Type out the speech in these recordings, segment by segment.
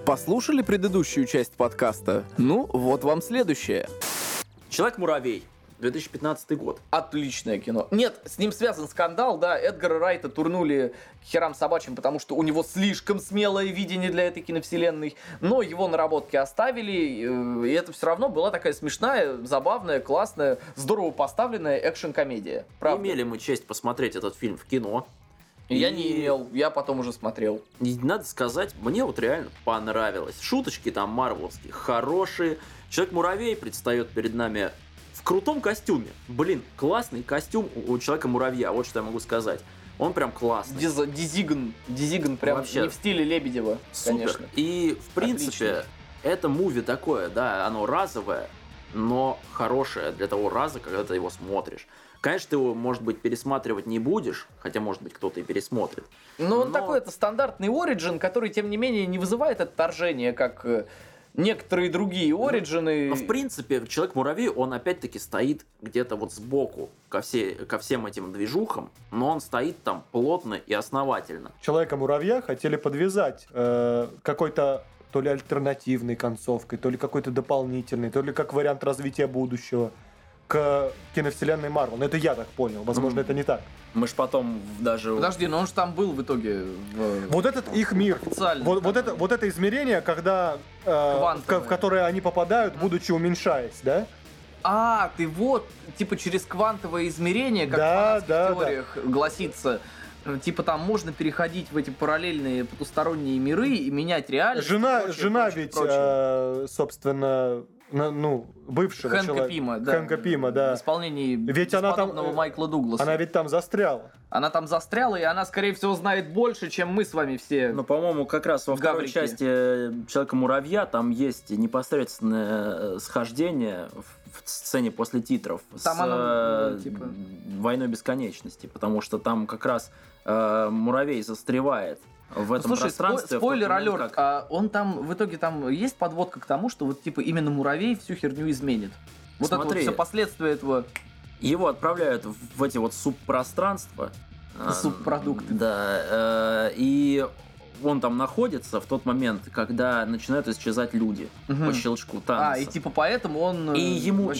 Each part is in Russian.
Послушали предыдущую часть подкаста? Ну, вот вам следующее. «Человек-муравей», 2015 год. Отличное кино. Нет, с ним связан скандал, да, Эдгара Райта турнули к херам собачьим, потому что у него слишком смелое видение для этой киновселенной, но его наработки оставили, и это все равно была такая смешная, забавная, классная, здорово поставленная экшн-комедия. Правда. Имели мы честь посмотреть этот фильм в кино. Я не имел, я потом уже смотрел. И надо сказать, мне вот реально понравилось. Шуточки там марвеловские, хорошие. Человек-муравей предстает перед нами в крутом костюме. Блин, классный костюм у Человека-муравья, вот что я могу сказать. Он прям классный. Дизигн прям вообще не в стиле Лебедева, супер. Конечно. И, в принципе, Отлично. это муви такое, да, оно разовое, но хорошее для того раза, когда ты его смотришь. Конечно, ты его, может быть, пересматривать не будешь, хотя, может быть, кто-то и пересмотрит. Но он такой, это стандартный Origin, который, тем не менее, не вызывает отторжения, как некоторые другие Ориджины. Но, в принципе, Человек-муравей, он опять-таки стоит где-то вот сбоку ко всем этим движухам, но он стоит там плотно и основательно. Человека-муравья хотели подвязать какой-то то ли альтернативной концовкой, то ли какой-то дополнительной, то ли как вариант развития будущего к киновселенной Марвел. Но это я так понял, возможно, это не так. Мы ж потом даже... Подожди, но он же там был в итоге. Вот этот их мир, Официально. вот это измерение, когда в которое они попадают, будучи уменьшаясь, да? А, ты вот, типа через квантовое измерение, как Да, в фанатских да, теориях гласится, типа там можно переходить в эти параллельные потусторонние миры и менять реальность. Жена ведь, собственно, бывшего Хэнка человека. Пима, да. Хэнка Пима, да. В исполнении Ведь она там, Майкла Дугласа. она ведь там застряла. Она там застряла, и она, скорее всего, знает больше, чем мы с вами все. Ну, по-моему, как раз во второй Гаврики. части Человека-муравья там есть непосредственное схождение в сцене после титров Там с оно, типа... «Войной бесконечности», потому что там как раз муравей застревает в этом пространстве. Спойлер-алерт, а он там, в итоге там есть подводка к тому, что вот типа именно муравей всю херню изменит? Вот это вот все последствия этого... Его отправляют в эти вот субпространства. Субпродукты. Да, и он там находится в тот момент, когда начинают исчезать люди по щелчку Таноса. И типа поэтому он и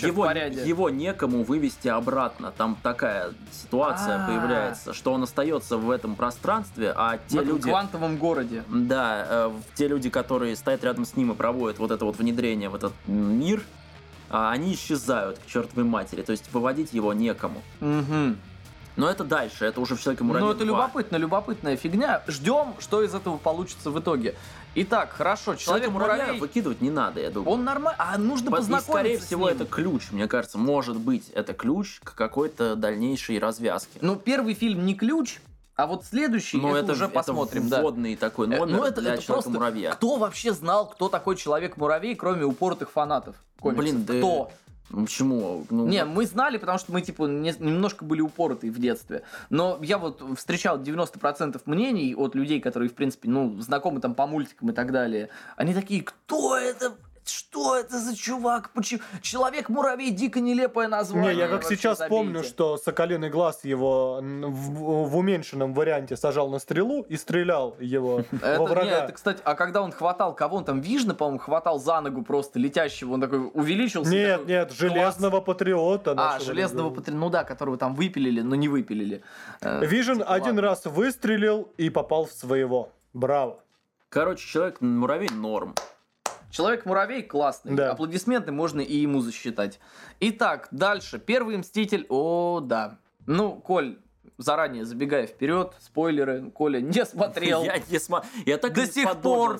его некому вывести обратно. Там такая ситуация появляется, что он остается в этом пространстве, а те люди... В квантовом городе. Да, те люди, которые стоят рядом с ним и проводят вот это вот внедрение в этот мир, они исчезают к чертовой матери. То есть выводить его некому. Угу. Но это дальше, это уже в Человеке-муравье. Ну, это любопытная фигня. Ждем, что из этого получится в итоге. Итак, хорошо, Человека-муравья выкидывать не надо, я думаю. Он нормально, нужно познакомиться скорее с всего, ним. это ключ, мне кажется. Может быть, это ключ к какой-то дальнейшей развязке. Ну, первый фильм не ключ, а вот следующий, это уже посмотрим. Это вводный такой номер для Человека-муравья. Кто вообще знал, кто такой Человек-муравей, кроме упоротых фанатов комиксов? Блин, да... Кто? Почему? Не, мы знали, потому что мы, типа, немножко были упоротые в детстве. Но я вот встречал 90% мнений от людей, которые, в принципе, знакомы там по мультикам и так далее. Они такие, кто это? Что это за чувак? Почему? Человек-муравей, дико нелепое название. Не, я как сейчас помню, что Соколиный Глаз его в уменьшенном варианте сажал на стрелу и стрелял его во врага. Это, кстати, а когда он хватал, кого он там, Вижна, по-моему, хватал за ногу просто летящего, он такой увеличился. Нет, Железного Патриота. Железного Патриота, которого там выпилили, но не выпилили. Вижн один раз выстрелил и попал в своего. Браво. Короче, Человек-муравей норм. Человек-муравей классный. Да. Аплодисменты можно и ему засчитать. Итак, дальше. Первый Мститель. О, да. Ну, Коль, заранее забегая вперед, спойлеры, Коля не смотрел. Я не смотрел. Я так до сих пор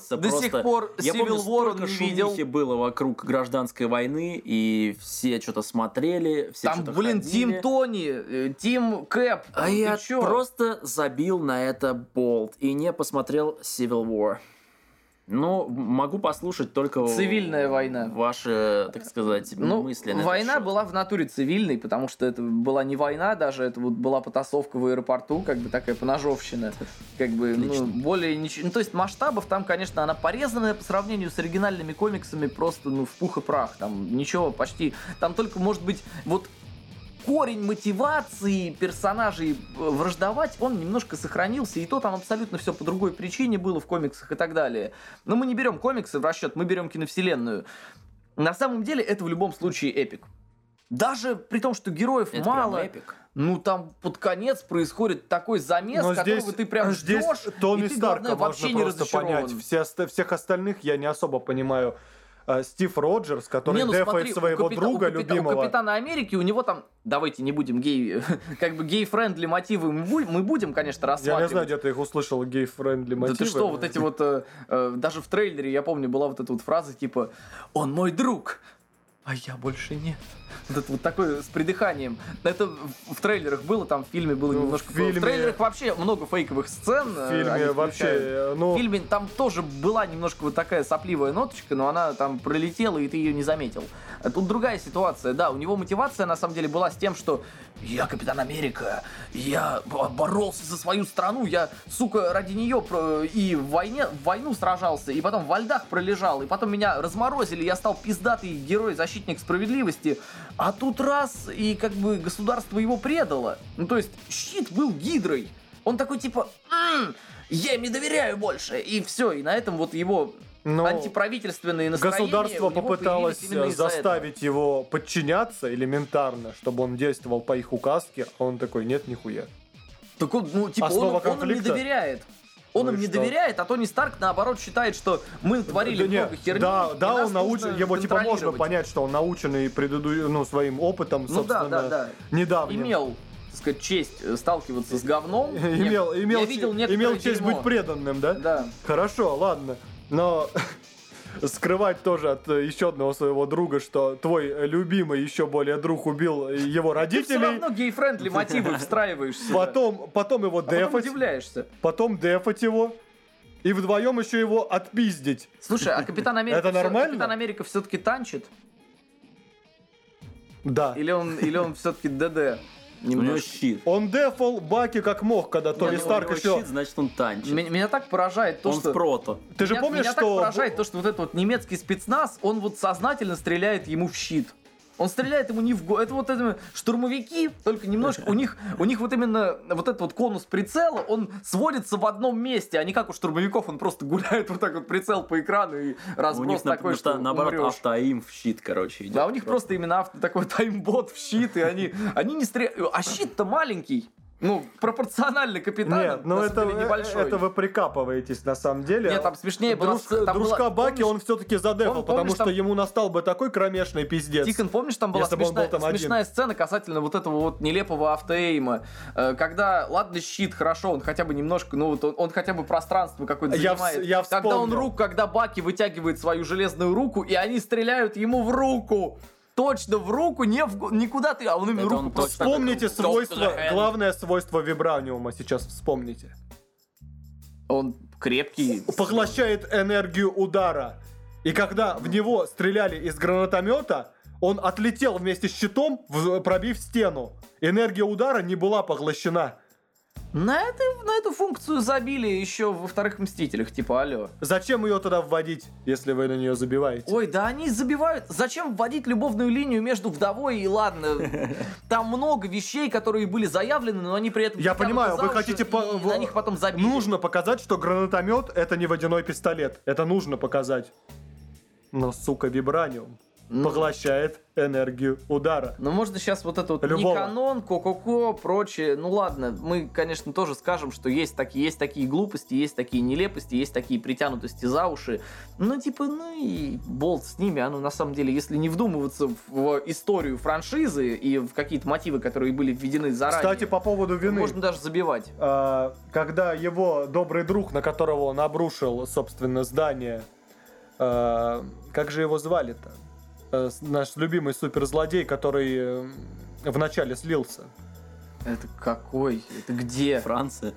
я помню, Civil War сколько не видел. шумихи было вокруг гражданской войны, и все что-то смотрели, все Там, что-то блин, ходили. Тим Тони, Тим Кэп. А я просто забил на это болт и не посмотрел Civil War. Ну, могу послушать только цивильная война. Ваши, так сказать, мысли на война этот счет. была в натуре цивильной, потому что это была не война даже, это вот была потасовка в аэропорту, как бы такая поножовщина. Как бы, более ничего. Ну, то есть масштабов там, конечно, она порезанная по сравнению с оригинальными комиксами просто, в пух и прах. Там ничего почти. Там только, может быть, вот корень мотивации персонажей враждовать, он немножко сохранился, и то там абсолютно все по другой причине было в комиксах и так далее. Но мы не берем комиксы в расчет, мы берем киновселенную. На самом деле это в любом случае эпик. Даже при том, что героев Это мало, прям эпик. ну там под конец происходит такой замес, Но которого здесь, ты прям здесь ждешь, Тони и ты, Старка главное, вообще можно не просто разочарован. понять. Всех остальных я не особо понимаю. Стив Роджерс, который Не, ну дефает смотри, своего друга у любимого. Капитана Америки у него там, давайте не будем как бы гей-френдли мотивы мы будем, конечно, Я рассматривать. не знаю, где ты их услышал, гей-френдли мотивы. Да ты что, вот эти вот, даже в трейлере, я помню, была вот эта вот фраза, типа, он мой друг, а я больше нет. Вот это вот такое с придыханием. Это в трейлерах было, там в фильме было Ну, немножко... в фильме- В трейлерах вообще много фейковых сцен. В они фильме включают. вообще, В ну, фильме там тоже была немножко вот такая сопливая ноточка, но она там пролетела, и ты ее не заметил. А тут другая ситуация, да, у него мотивация на самом деле была с тем, что я Капитан Америка, я боролся за свою страну, я, сука, ради нее и в войну сражался, и потом во льдах пролежал, и потом меня разморозили, я стал пиздатый герой-защитник справедливости, а тут раз, и как бы государство его предало. Ну, то есть, щит был гидрой. Он такой, типа, я им не доверяю больше, и все, и на этом вот его но антиправительственные настроения государство у него попыталось появились именно из-за этого. заставить его подчиняться элементарно, чтобы он действовал по их указке, а он такой, нет, нихуя. Так он, ну, типа, Основа он им не конфликта? доверяет. Он Ну им и не что? доверяет, а Тони Старк, наоборот, считает, что мы творили Да не, много херни, да, и да, нас он научен, нужно его типа можно контролировать. понять, что он наученный своим опытом, Ну да, собственно, да. недавним. Имел, так сказать, честь сталкиваться с говном. Имел Я видел некоторое честь дерьмо. быть преданным, да? Да. Хорошо, ладно. Но скрывать тоже от еще одного своего друга, что твой любимый еще более друг убил его Ты все родителей. равно гей-френдли мотивы встраиваешь сюда. Потом его А потом дефать, удивляешься. потом дефать его. И вдвоем еще его отпиздить. Слушай, а Капитан Америка... Это нормально? Капитан Америка все-таки танчит? Да. Или он все-таки ДД? У него Немножко. щит. Он дефал Баки как мог, когда Тони У Старк него еще... щит, значит он танчит. Меня так поражает то, Он что... в прото. Ты же меня, помнишь, меня что... так поражает то, что вот этот вот немецкий спецназ, он вот сознательно стреляет ему в щит. Он стреляет ему не в голову. Это вот это штурмовики, только немножко... У них вот именно вот этот вот конус прицела, он сводится в одном месте, а не как у штурмовиков, он просто гуляет вот так вот прицел по экрану и У разброс них такой, что наоборот умрёшь. автоим в щит, короче, идет. Да, у них просто именно такой таймбот в щит, и они не стреляют. А щит-то маленький. Ну, пропорционально капитану, Нет, ну на это, самом деле, небольшой. это вы прикапываетесь на самом деле. Нет, там смешнее было... там Дружка была- Баки помнишь, он все-таки задефал, помнишь, потому что там- ему настал бы такой кромешный пиздец. Тикон, помнишь, там была Если бы он был там один. смешная сцена касательно вот этого вот нелепого автоэйма, когда, ладно, щит, хорошо, он хотя бы немножко, ну вот он хотя бы пространство какое-то Я занимает. я вспомнил. Когда Баки вытягивает свою железную руку, и они стреляют ему в руку. Точно в руку, никуда ты, а он им Это руку он просто... точно Вспомните так, «Close to the свойство, hand». главное свойство вибраниума сейчас вспомните. Он крепкий. Поглощает энергию удара. И когда в него стреляли из гранатомета, он отлетел вместе с щитом, пробив стену. Энергия удара не была поглощена. На эту функцию забили еще во вторых Мстителях, типа, алло. Зачем ее тогда вводить, если вы на нее забиваете? Ой, да они забивают. Зачем вводить любовную линию между вдовой и ладно? Там много вещей, которые были заявлены, но они при этом... Я понимаю, вы притянуты за хотите... уши, и на них потом забили. Нужно показать, что гранатомет это не водяной пистолет. Это нужно показать. Но, сука, вибраниум поглощает энергию удара. Ну, можно сейчас вот это вот Любого. Никанон, Ко-Ко-Ко, прочее. Ну, ладно, мы, конечно, тоже скажем, что есть такие глупости, есть такие нелепости, есть такие притянутости за уши. Ну, типа, ну и болт с ними. Оно, на самом деле, если не вдумываться в историю франшизы и в какие-то мотивы, которые были введены заранее, Кстати, по поводу вины. можно даже забивать. Когда его добрый друг, на которого он обрушил, собственно, здание, как же его звали-то? Наш любимый суперзлодей, который вначале слился. Это какой? Это где? Франция.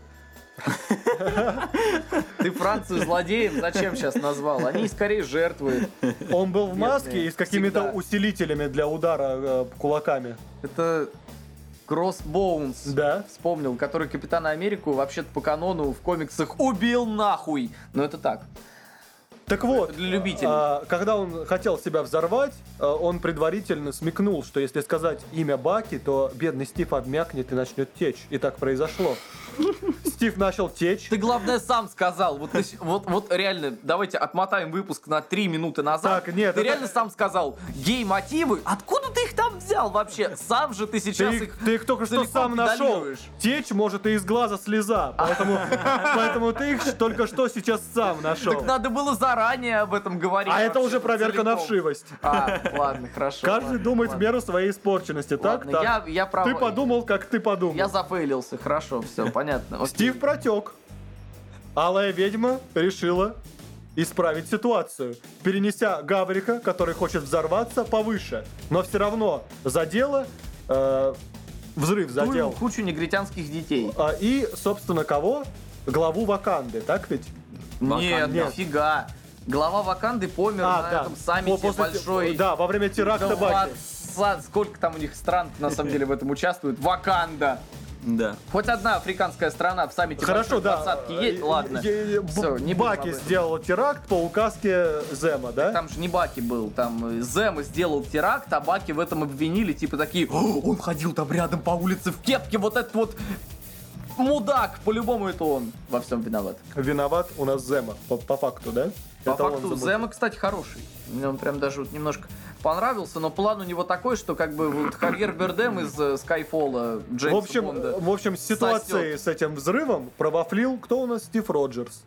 Ты Францию злодеем зачем сейчас назвал? Они скорее жертвы. Он был в маске Бедные. и с какими-то Всегда. усилителями для удара кулаками. Это Кроссбоунс. Да. Вспомнил, который Капитана Америку вообще-то по канону в комиксах убил нахуй. Но это так. Так вот, Для любителей. когда он хотел себя взорвать, он предварительно смекнул, что если сказать имя Баки, то бедный Стив обмякнет и начнет течь. И так произошло. Стив начал течь. Ты, главное, сам сказал. Вот реально, давайте отмотаем выпуск на 3 минуты назад. Так, нет, ты это- реально сам сказал. Гей-мотивы? Откуда ты их там взял вообще? Сам же ты сейчас их Ты их только что целиком сам нашел. педалируешь. Течь может и из глаза слеза. Поэтому ты их только что сейчас сам нашел. Так надо было заранее об этом говорить. А это вообще уже проверка на целиком. вшивость. Ладно, хорошо. Каждый ладно, думает в ладно. меру своей испорченности. Так, Ладно, так. я прав. Ты подумал, как ты подумал. Я зафейлился, хорошо, все, понятно. Окей. Стив протек. Алая ведьма решила исправить ситуацию, перенеся Гаврика, который хочет взорваться, повыше. Но все равно задело, взрыв задел. Кучу негритянских детей. И, собственно, кого? Главу Ваканды, так ведь? Нет, Нет. нифига. Глава Ваканды помер на этом саммите После- большой. Да, во время теракта Баки. 20, сколько там у них стран на самом деле в этом участвует? Ваканда. Да. Хоть одна африканская страна в саммите Хорошо, большой да. двадцатки есть? Ладно. Всё, не будем Баки об этом. сделал теракт по указке Зема, да? Там же не Баки был, там Зема сделал теракт, а Баки в этом обвинили, типа такие, «О, он ходил там рядом по улице в кепке, вот этот вот мудак, по-любому это он во всем виноват. Виноват у нас Зема, по факту, да? По Это он факту забыл. Зема, кстати, хороший. Мне он прям даже вот немножко понравился, но план у него такой, что как бы вот Хавьер Бердем из Скайфолла, Джеймса Бонда. В общем, с ситуацией с этим взрывом провафлил кто у нас? Стив Роджерс.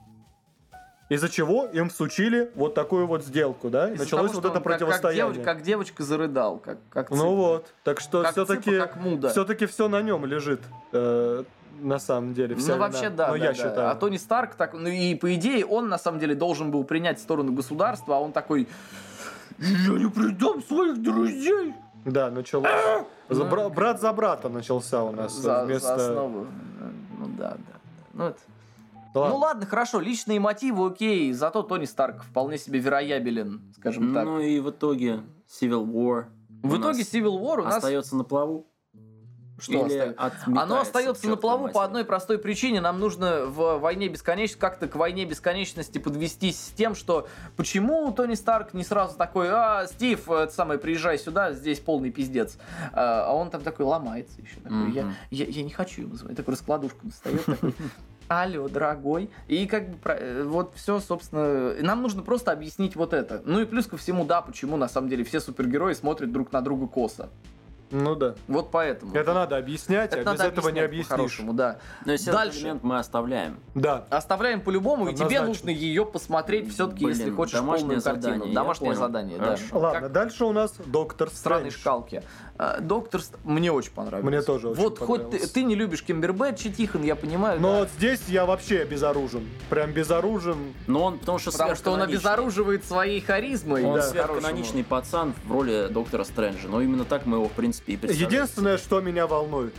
Из-за чего им всучили вот такую вот сделку, да? И Из-за началось того, вот что это он противостояние. как девочка зарыдал, как цыпа. Ну вот, так что Как цыпа, все-таки как муда. все на нем лежит. На самом деле, вся Ну, вообще, вина. да, Но да, я да. считаю. А Тони Старк, так, ну и по идее, он на самом деле должен был принять сторону государства, а он такой, я не предам своих друзей. Да, началось. Брат за брата начался у нас. За вместо... основу. Ну да. Ну, это... Ладно. Ну ладно, хорошо, личные мотивы, окей, зато Тони Старк вполне себе вероятен, скажем так. Ну и в итоге Civil War В итоге Civil War у нас... остается на плаву. Что Или остается? отметается Оно остается к на чертовой плаву матери. по одной простой причине. Нам нужно в войне бесконечности как-то к войне бесконечности подвестись с тем, что почему Тони Старк не сразу такой, Стив, это самое, приезжай сюда, здесь полный пиздец. А он там такой ломается еще. Такой, я не хочу его звонить. Такой раскладушку достает, такой, алло, дорогой. И как бы вот все, собственно, нам нужно просто объяснить вот это. Ну и плюс ко всему, да, почему на самом деле все супергерои смотрят друг на друга косо. Ну да. Вот поэтому. Это надо объяснять, Это а без надо этого не объяснять объяснишь. по-хорошему, да. Но если этот Дальше. элемент мы оставляем. Да. Оставляем по-любому, и тебе Однозначно. нужно ее посмотреть все-таки, если Блин, хочешь домашнее полную картину. задание, я Домашнее понял. задание, да. Хорошо. Ладно, Как дальше у нас Доктор в странной Стрэндж. шкалке. Мне очень понравилось. Мне тоже очень Вот хоть понравилось. ты не любишь Кимбербэтча, Тихон, я понимаю. Но да. вот здесь я вообще безоружен. Прям безоружен. Но он, потому что Потому что он сверхканоничный. обезоруживает своей харизмой. Он да, сверхканоничный пацан в роли Доктора Стрэнджа. Но именно так мы его, в принципе, и представляем. Единственное, что меня волнует,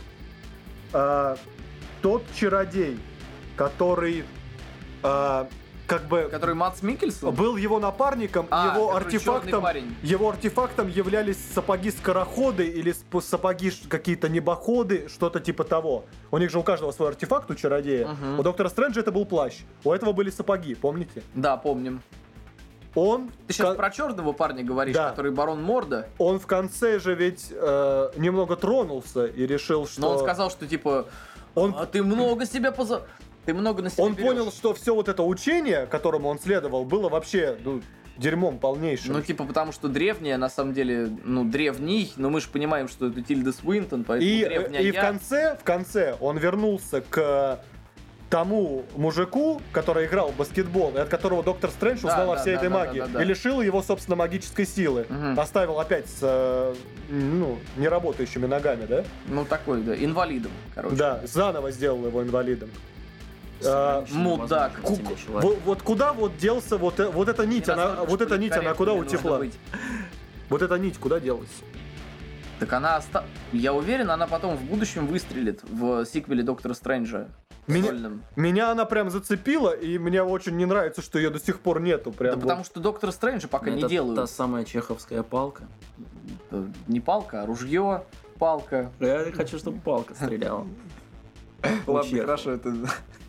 тот чародей, который как бы Который Мадс Миккельсон? был его напарником, его который чёрный артефактом, парень. его артефактом являлись сапоги-скороходы или сапоги какие-то небоходы, что-то типа того. У них же у каждого свой артефакт, у чародея. Мгм. У Доктора Стрэнджа это был плащ, у этого были сапоги, помните? Да, помним. Он Ты сейчас ка- про черного парня говоришь, Да. который барон Морда? он в конце же ведь немного тронулся и решил, что... Но он сказал, что типа, Он- ты много себя Ты много на себя Он берешь». понял, что все вот это учение, которому он следовал, было вообще дерьмом полнейшим. Ну, типа, потому что древняя, на самом деле, древний, но мы же понимаем, что это Тильда Свинтон, поэтому древняя и в конце он вернулся к тому мужику, который играл в баскетбол, и от которого Доктор Стрэндж узнал о всей этой магии, да. и лишил его, собственно, магической силы. Мгм. Оставил опять с неработающими ногами, да? Ну, такой, да, инвалидом, короче. Да, заново сделал его инвалидом. С ограниченными мудак. возможностями человека. Вот куда вот делся вот эта нить, она куда утекла? Вот эта нить куда делась? Так она, я уверен, она потом в будущем выстрелит в сиквеле Доктора Стрэнджа. сольном. Меня она прям зацепила, и мне очень не нравится, что ее до сих пор нету. Прям Да потому что Доктора Стрэнджа пока не Это делают. та самая чеховская палка. Не палка, а ружье, палка. Я хочу, чтобы палка стреляла. Ладно, Чехова. хорошо, это...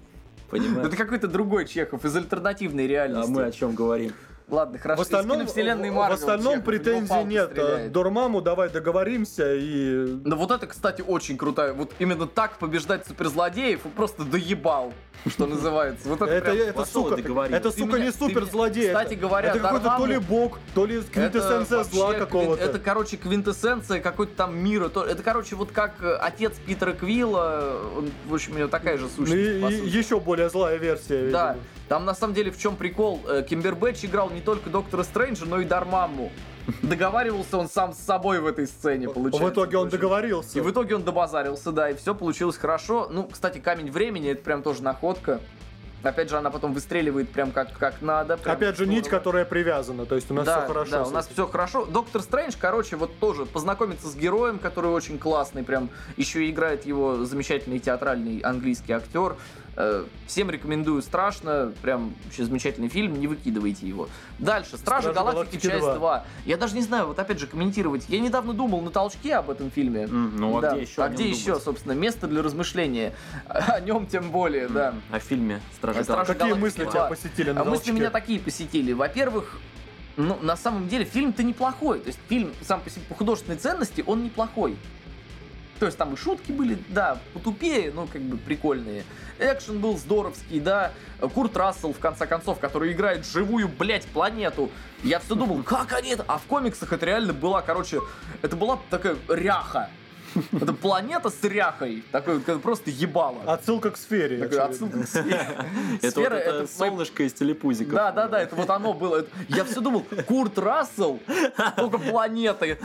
Понимаешь? Это какой-то другой Чехов из альтернативной реальности. А мы о чем говорим? Ладно, хорошо. В остальном, Марвел, в остальном Чехов, претензий у него нет. палка стреляет. Дормаму давай договоримся и... Но вот это, кстати, очень круто. Вот именно так побеждать суперзлодеев просто доебал, что называется. Вот это прям- Это, пошел сука, и договорил. это, Ты сука, меня- не ты суперзлодей. меня- кстати говоря, это какой-то то ли Дормаму- бог, то ли квинтэссенция Это зла вообще какого-то. Это, короче, квинтэссенция какой-то там мира. Это, короче, вот как отец Питера Квилла. Он, в общем, у него такая же сущность. по сути. Еще более злая версия. Да, видимо. там на самом деле в чем прикол? Кимбербэтч играл не только Доктора Стрэнджа, но и Дормамму. Договаривался он сам с собой в этой сцене, получается. В итоге он В общем. договорился. И в итоге он добазарился, да, и все получилось хорошо. Ну, кстати, камень времени, это прям тоже находка. Опять же, она потом выстреливает прям как надо. Прям Опять же, нить, здорово. которая привязана, то есть у нас Да, все хорошо. да, с у нас этим. все хорошо. Доктор Стрэндж, короче, вот тоже познакомиться с героем, который очень классный, прям еще и играет его замечательный театральный английский актер. Всем рекомендую, страшно, прям вообще замечательный фильм, не выкидывайте его. Дальше, Стражи Галактики, часть 2. Я даже не знаю, вот опять же комментировать. Я недавно думал на толчке об этом фильме. Ну, а Да. где еще? А где еще, собственно, место для размышления? О нем тем более, да. О фильме «Стражи Стражи Галактики». Какие Галактики мысли 2. тебя посетили на А мысли толчке? меня такие посетили. Во-первых, ну, на самом деле, фильм-то неплохой. То есть фильм сам по себе по художественной ценности, он неплохой. То есть там и шутки были, да, потупее, но как бы прикольные. Экшен был здоровский, да. Курт Рассел, в конце концов, который играет живую, блядь, планету. Я все думал, как они это... А в комиксах это реально была, короче, это была такая ряха. Это планета с ряхой. Такой вот, просто ебало. Отсылка к сфере. Такой очевидно. отсылка к сфере. Это вот Сфера — это это солнышко из телепузиков. да, это вот оно было. Я все думал, Курт Рассел, только планеты.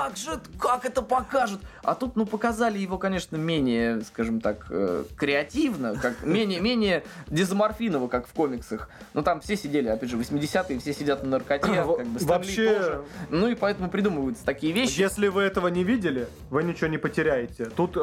Как это покажут? А тут, ну, показали его, конечно, менее, скажем так, креативно, как менее дезоморфиново, как в комиксах. Но там все сидели, опять же, 80-е, все сидят на наркоте, как бы Стэн Ли Вообще- тоже. Ну и поэтому придумываются такие вещи. Если вы этого не видели, вы ничего не потеряете. Тут,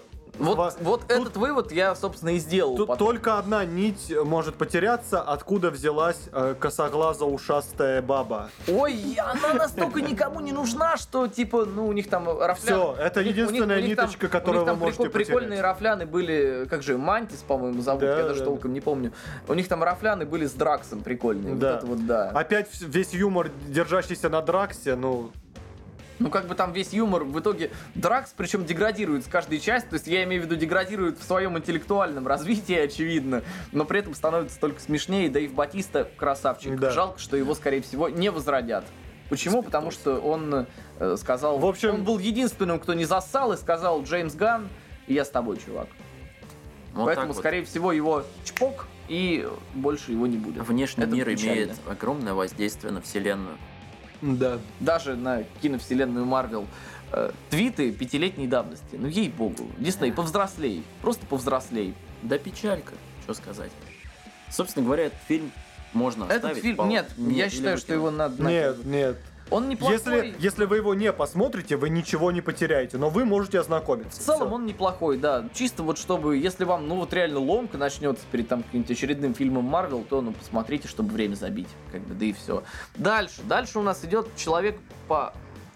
Вот этот вывод я, собственно, и сделал. тут потом. только одна нить может потеряться, откуда взялась косоглазо-ушастая баба. Ой, она настолько никому не нужна, что, типа, ну, у них там рафляны. Всё, это единственная ниточка, которую вы можете прикольные потерять. рафляны были, как же, Мантис, по-моему, зовут, Да, я даже да, толком не помню. У них там рафляны были с Драксом прикольные. Да. Вот это вот, да. Опять весь юмор, держащийся на Драксе, ну... Ну, как бы там весь юмор, в итоге Дракс, причем деградирует с каждой части, то есть я имею в виду деградирует в своем интеллектуальном развитии, очевидно, но при этом становится только смешнее. Дэйв Батиста красавчик. Да. Жалко, что его, скорее всего, не возродят. Почему? Потому что он сказал... В общем- Он был единственным, кто не зассал, и сказал: Джеймс Ганн, я с тобой, чувак. Вот Поэтому, так вот. скорее всего, его чпок, и больше его не будет. Внешний Это мир печально. имеет огромное воздействие на вселенную. Да. Даже на киновселенную Марвел. Твиты 5-летней давности. Ну, ей-богу. Дисней, повзрослей. Просто повзрослей. Да печалька, что сказать. Собственно говоря, этот фильм можно Этот оставить. фильм... Нет, я или считаю, что выкинуть. его надо... Нет, нет. Он неплохой. Если вы его не посмотрите, вы ничего не потеряете, но вы можете ознакомиться. В целом Всё. он неплохой, да. Чисто вот чтобы, если вам, ну вот реально ломка начнется перед там каким-нибудь очередным фильмом Марвел, то ну посмотрите, чтобы время забить, как бы, да и все. Дальше у нас идет Человек-паук.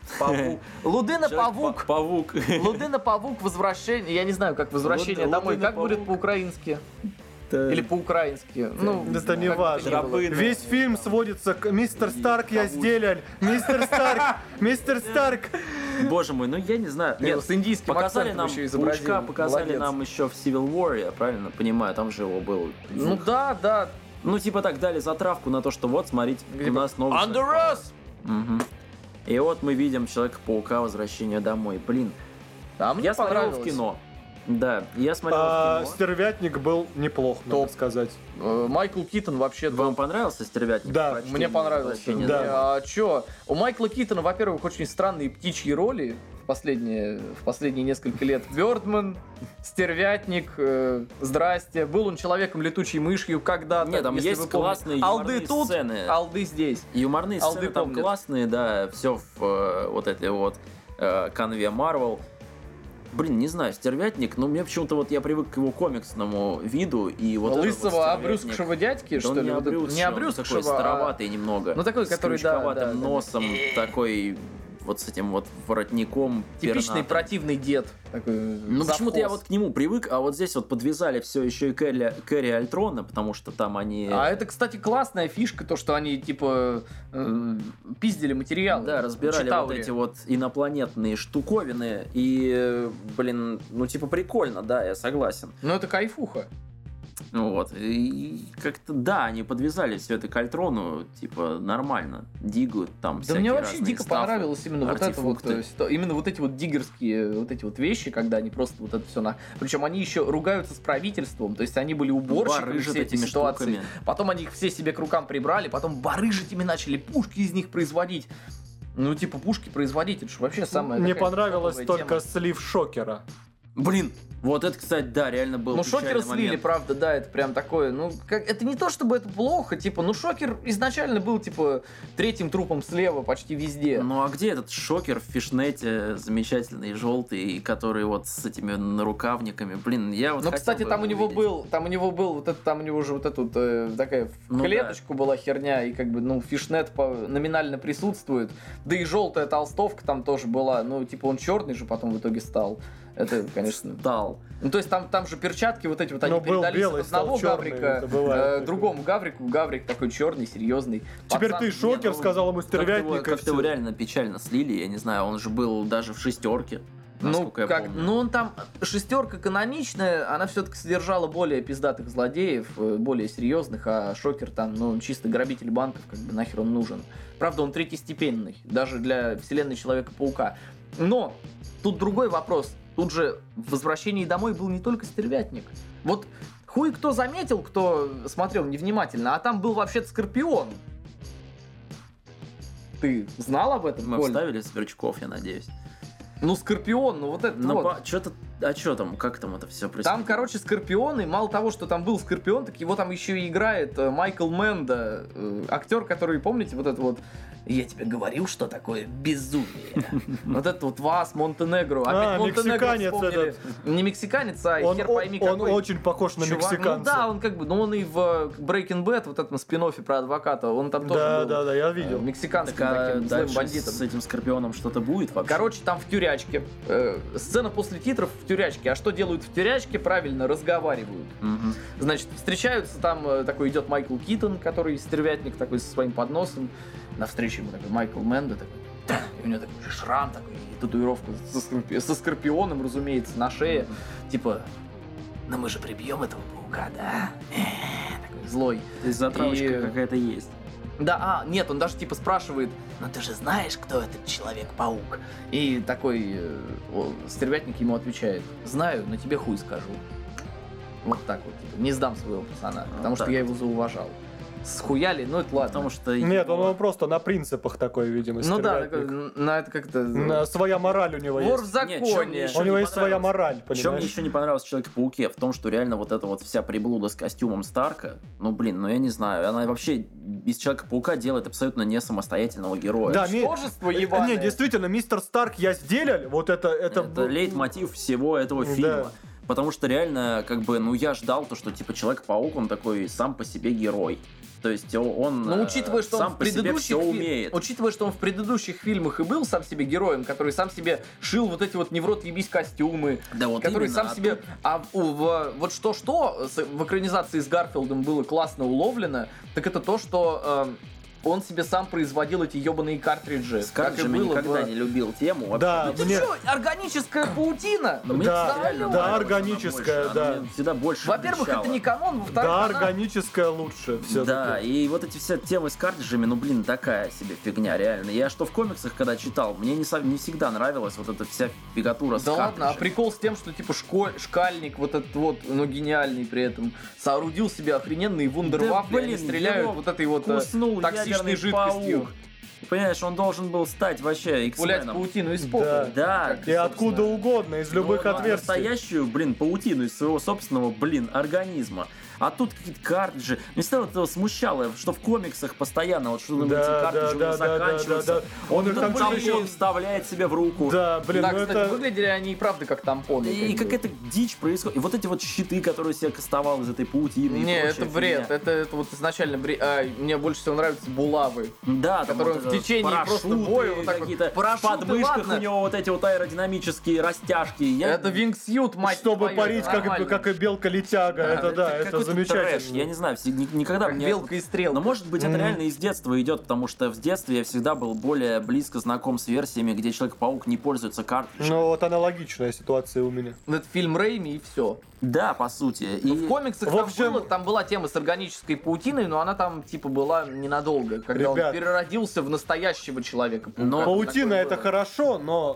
Лудына-павук. Павук. Лудына-павук, возвращение. Я не знаю, как возвращение домой. Как Лудына-павук. будет по-украински? Или по-украински. Ну, Это не как бы важно. то ни было. Рабы. Весь фильм сводится к «Мистер Старк, я сделал! Мистер Старк! Мистер Старк!» Боже мой, ну я не знаю. Нет, ну, с индийским показали акцентом нам еще изобразил. Паучка, показали Молодец. нам еще в Civil War, я правильно понимаю, там же его был. Ну да. Ну типа так дали затравку на то, что вот, смотрите, у нас новый... Under us! Мгм. И вот мы видим Человека-паука, возвращение домой. Блин, А мне я смотрел понравилось. в кино. Да, я смотрел в кино. Стервятник был неплох, надо сказать. Майкл Китон вообще Вам понравился «Стервятник»? Да, Прочтение, Мне понравился. возвращение Да. домой? А чё? У Майкла Китона, во-первых, очень странные птичьи роли в последние несколько лет. Бёрдман, Стервятник, здрасте. Был он Человеком-летучей мышью когда-то. Нет, там если есть вы помните. классные Алды юморные тут, сцены. алды здесь. Юморные Алды сцены там помнят. классные, да, все в вот этой вот канве Марвел. Блин, не знаю, Стервятник, но мне почему-то вот я привык к его комиксному виду, и вот этот вот Лысого, Стервятник, обрюзгшего дядьки, да что он ли? не Вот это- обрюзгший, не он обрюзгшего, такой староватый немного. Ну, такой, с который, да, крючковатым да, да. носом, такой вот с этим вот воротником. Типичный пернатым. противный дед. Такой, Ну, почему-то я вот к нему привык, а вот здесь вот подвязали все еще и Кэрри Альтрона, потому что там они... А это, кстати, классная фишка, то, что они, типа, пиздили материал. Да, разбирали вот эти вот инопланетные штуковины, и, блин, ну, типа, прикольно, да, я согласен. Ну, это кайфуха. Ну вот, и как-то, да, они подвязали все это к Альтрону, типа, нормально, дигают там Да всякие мне вообще разные дико стафы, понравилось именно вот это вот, артефакты. именно вот эти вот диггерские вот эти вот вещи, когда они просто вот это все Причем они еще ругаются с правительством, то есть они были уборщиками Барыжат все эти этими ситуации. штуками. Потом они их все себе к рукам прибрали, потом барыжить ими начали, пушки из них производить. Ну, типа, пушки производить, это же вообще самое... Мне такая понравилась топовая только тема. слив шокера. Блин, вот это, кстати, да, реально был Ну, печальный шокер слили, момент. правда, да, это прям такое, ну, это не то, чтобы это плохо, типа, ну, шокер изначально был, типа, третьим трупом слева почти везде. Ну а где этот шокер в фишнете замечательный, желтый, который вот с этими нарукавниками? Блин, я вот Ну, хотел кстати, бы там у него увидеть. был вот это, там у него уже вот эта вот такая в Ну клеточку была херня, и как бы, ну, фишнет номинально присутствует. Да и желтая толстовка там тоже была, ну, типа, он черный же потом в итоге стал. Это, конечно... Дал. Ну, то есть там же перчатки вот эти вот, они Ну, был передались белый, от одного стал черный, Гаврика это бывает такое. другому Гаврику. Гаврик такой черный, серьезный. Теперь Пацан, ты шокер, ну, сказал ему Как-то его, стервятник, и как-то его всё. реально печально слили, я не знаю, он же был даже в шестерке, Ну, насколько я как, помню. ну, он там, шестерка каноничная, она все-таки содержала более пиздатых злодеев, более серьезных, а Шокер там, ну, чисто грабитель банков, как бы нахер он нужен. Правда, он третьестепенный, даже для вселенной Человека-паука. Но тут другой вопрос. Тут же в «Возвращении домой» был не только стервятник. Вот хуй кто заметил, кто смотрел невнимательно, а там был вообще-то Скорпион. Ты знал об этом, Мы Коль? вставили сверчков, я надеюсь. Ну, Скорпион, ну вот это Но вот. что-то, а что там, как там это все происходит? Там, короче, Скорпион, и мало того, что там был Скорпион, так его там еще и играет Майкл Мэнда, актер, который, помните, вот это вот «Я тебе говорил, что такое безумие». Вот этот вот Вас Монтенегро. Опять Монтенегро мексиканец вспомнили. этот. Не мексиканец, а Он, хер пойми он какой. очень похож на чувак. мексиканца. Ну да, он как бы, ну он и в Breaking Bad, вот этом спин-оффе про адвоката, он там тоже Да, был да, да, я видел. мексиканским Так, а таким злым дальше бандитом. с этим Скорпионом что-то будет вообще? Короче, там в тюрячке. Сцена после титров в тюрячке. А что делают в тюрячке? Правильно, разговаривают. Мгм. Значит, встречаются, там такой идет Майкл Китон, который стервятник такой со своим подносом. Навстречу ему такой Майкл Мэнда такой. И у него такой же шрам такой, и татуировка со скорпионом, разумеется, на шее. Типа, ну мы же прибьем этого паука, да? Такой злой. То есть затравочка И- какая-то есть. Да, нет, он даже типа спрашивает, ну ты же знаешь, кто этот Человек-паук? И такой стервятник ему отвечает, знаю, но тебе хуй скажу. Вот так вот, типа, не сдам своего пацана, потому что так я его зауважал. Схуяли, ну это ладно. Потому что... Нет, его- он просто на принципах такой, видимо, Ну да, стервятник. такой, на это как-то... Своя мораль у него Вор в есть. Нет, чё мне законе. ещё У него не есть своя понравилось. мораль, Что мне понимаешь? еще не понравилось в Человеке-пауке? В том, что реально вот эта вот вся приблуда с костюмом Старка, ну блин, ну я не знаю, она вообще из Человека-паука делает абсолютно не самостоятельного героя. Да, Ничтожество ебаное. Не, действительно, мистер Старк я сделал, вот это... Это лейтмотив всего этого Да. фильма. Потому что реально, как бы, ну я ждал то, что типа Человек-паук, он такой сам по себе герой. То есть он Но учитывая, что сам он в по себе предыдущих все умеет. Учитывая, что он в предыдущих фильмах и был сам себе героем, который сам себе шил вот эти вот не в рот ебись костюмы, Да вот который именно, сам а себе... тут- Вот что в экранизации с Гарфилдом было классно уловлено, так это то, что он себе сам производил эти ебаные картриджи. С как и картриджами было никогда в- не любил тему. вообще. Да, Ты мне... чё, органическая паутина? Но мне Да, реально да, нравилась органическая, она больше, да. она мне всегда больше Во-первых, обличала. это не канон, во-вторых, Да, она- органическая лучше все Да, и вот эти все темы с картриджами, ну блин, такая себе фигня, реально. Я что в комиксах, когда читал, мне не всегда нравилась вот эта вся фигатура с Да ладно, а картриджами. прикол с тем, что типа шкальник вот этот вот, но гениальный при этом, соорудил себе охрененные вундервафли, они стреляют его вот этой вот куснул токсичной ядерный жидкостью. паук. Понимаешь, он должен был стать вообще Пулять X-меном. паутину из попы. Да. Да, Как, И откуда собственно. угодно, из любых Ну, отверстий. настоящую, блин, паутину из своего собственного, организма. А тут какие-то картриджи. Мне всегда вот это смущало, что в комиксах постоянно вот что-то эти картриджи у него заканчиваются. Он их Ну, там блин, еще... он вставляет себе в руку. Да, блин, Да, ну кстати, это... выглядели они и правда как тампоны. И как бы. какая-то дичь происходит. И вот эти вот щиты, которые себе кастовал из этой паутины. и Не, прочая это бред. фигня. Это вот изначально бред. Мне больше всего нравятся булавы, Да, там которые вот он течение просто парашюты, боя, вот так вот. какие-то Парашюты, подмышках ладно. у него вот эти вот аэродинамические растяжки. Это вингсьют, мать Чтобы твою, парить, это нормально. как и белка-летяга. Это да, это какой-то замечательно. трэш. Я не знаю, никогда Как мне... белка и стрелка. Но может быть это реально из детства идет, потому что в детстве я всегда был более близко знаком с версиями, где Человек-паук не пользуется картриджем. Ну вот аналогичная ситуация у меня. Это фильм Рэйми и все. Да, по сути. В комиксах в общем- там была тема с органической паутиной, но она там типа была ненадолго, когда он Ребят. переродился в настоящего человека. Но Паутина Такое это было. хорошо, но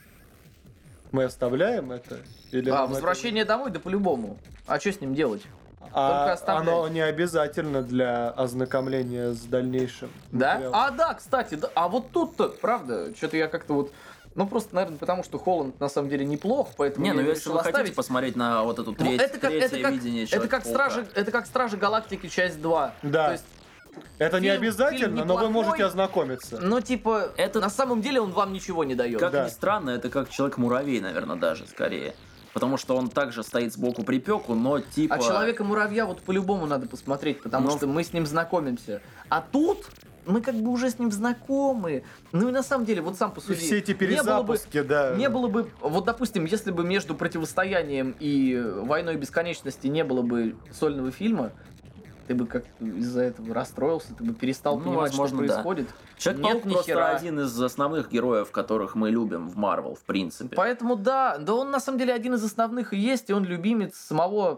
мы оставляем это? Или нам это- Возвращение домой, да по-любому. А что с ним делать? А только оставлять. оно не обязательно для ознакомления с дальнейшим. Да? материалом. А, да, кстати, да. А вот тут-то, правда, что-то я как-то вот... Ну, просто, наверное, потому что Холланд на самом деле неплох, поэтому Не, я ну его если решил вы хотите оставить. посмотреть на вот эту Ну, третье это как видение Человека-паука. это как Стражи Галактики часть 2. Да. То есть, Это не фильм обязательно, но вы неплохой. можете ознакомиться. ну, типа, Это- на самом деле он вам ничего не дает. Как Да. ни странно, это как Человек-муравей, наверное, даже скорее. Потому что он также стоит сбоку припеку, но типа... А Человека-муравья вот по-любому надо посмотреть, потому Ну, что мы с ним знакомимся. А тут мы как бы уже с ним знакомы. Ну и на самом деле, вот сам И посуди. все эти не было бы- перезапуски, да. Не было бы, вот допустим, если бы между противостоянием и войной бесконечности не было бы сольного фильма, ты бы как из-за этого расстроился, ты бы перестал Ну, понимать, возможно, что да. происходит. Человек-паук Нет, просто нихера. один из основных героев, которых мы любим в Марвел, в принципе. Поэтому да, он на самом деле один из основных и есть, и он любимец самого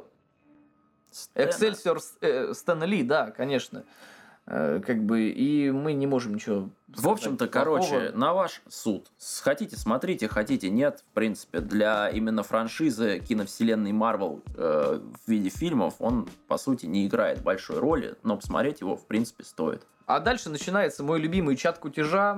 Стэна. Эксельсиор Стэна Ли, да, конечно. Как бы, и мы не можем ничего В общем-то, сказать плохого. короче, на ваш суд. Хотите, смотрите, хотите, нет. В принципе, для именно франшизы киновселенной Марвел в виде фильмов он, по сути, не играет большой роли, но посмотреть его, в принципе, стоит. А дальше начинается мой любимый чат кутежа,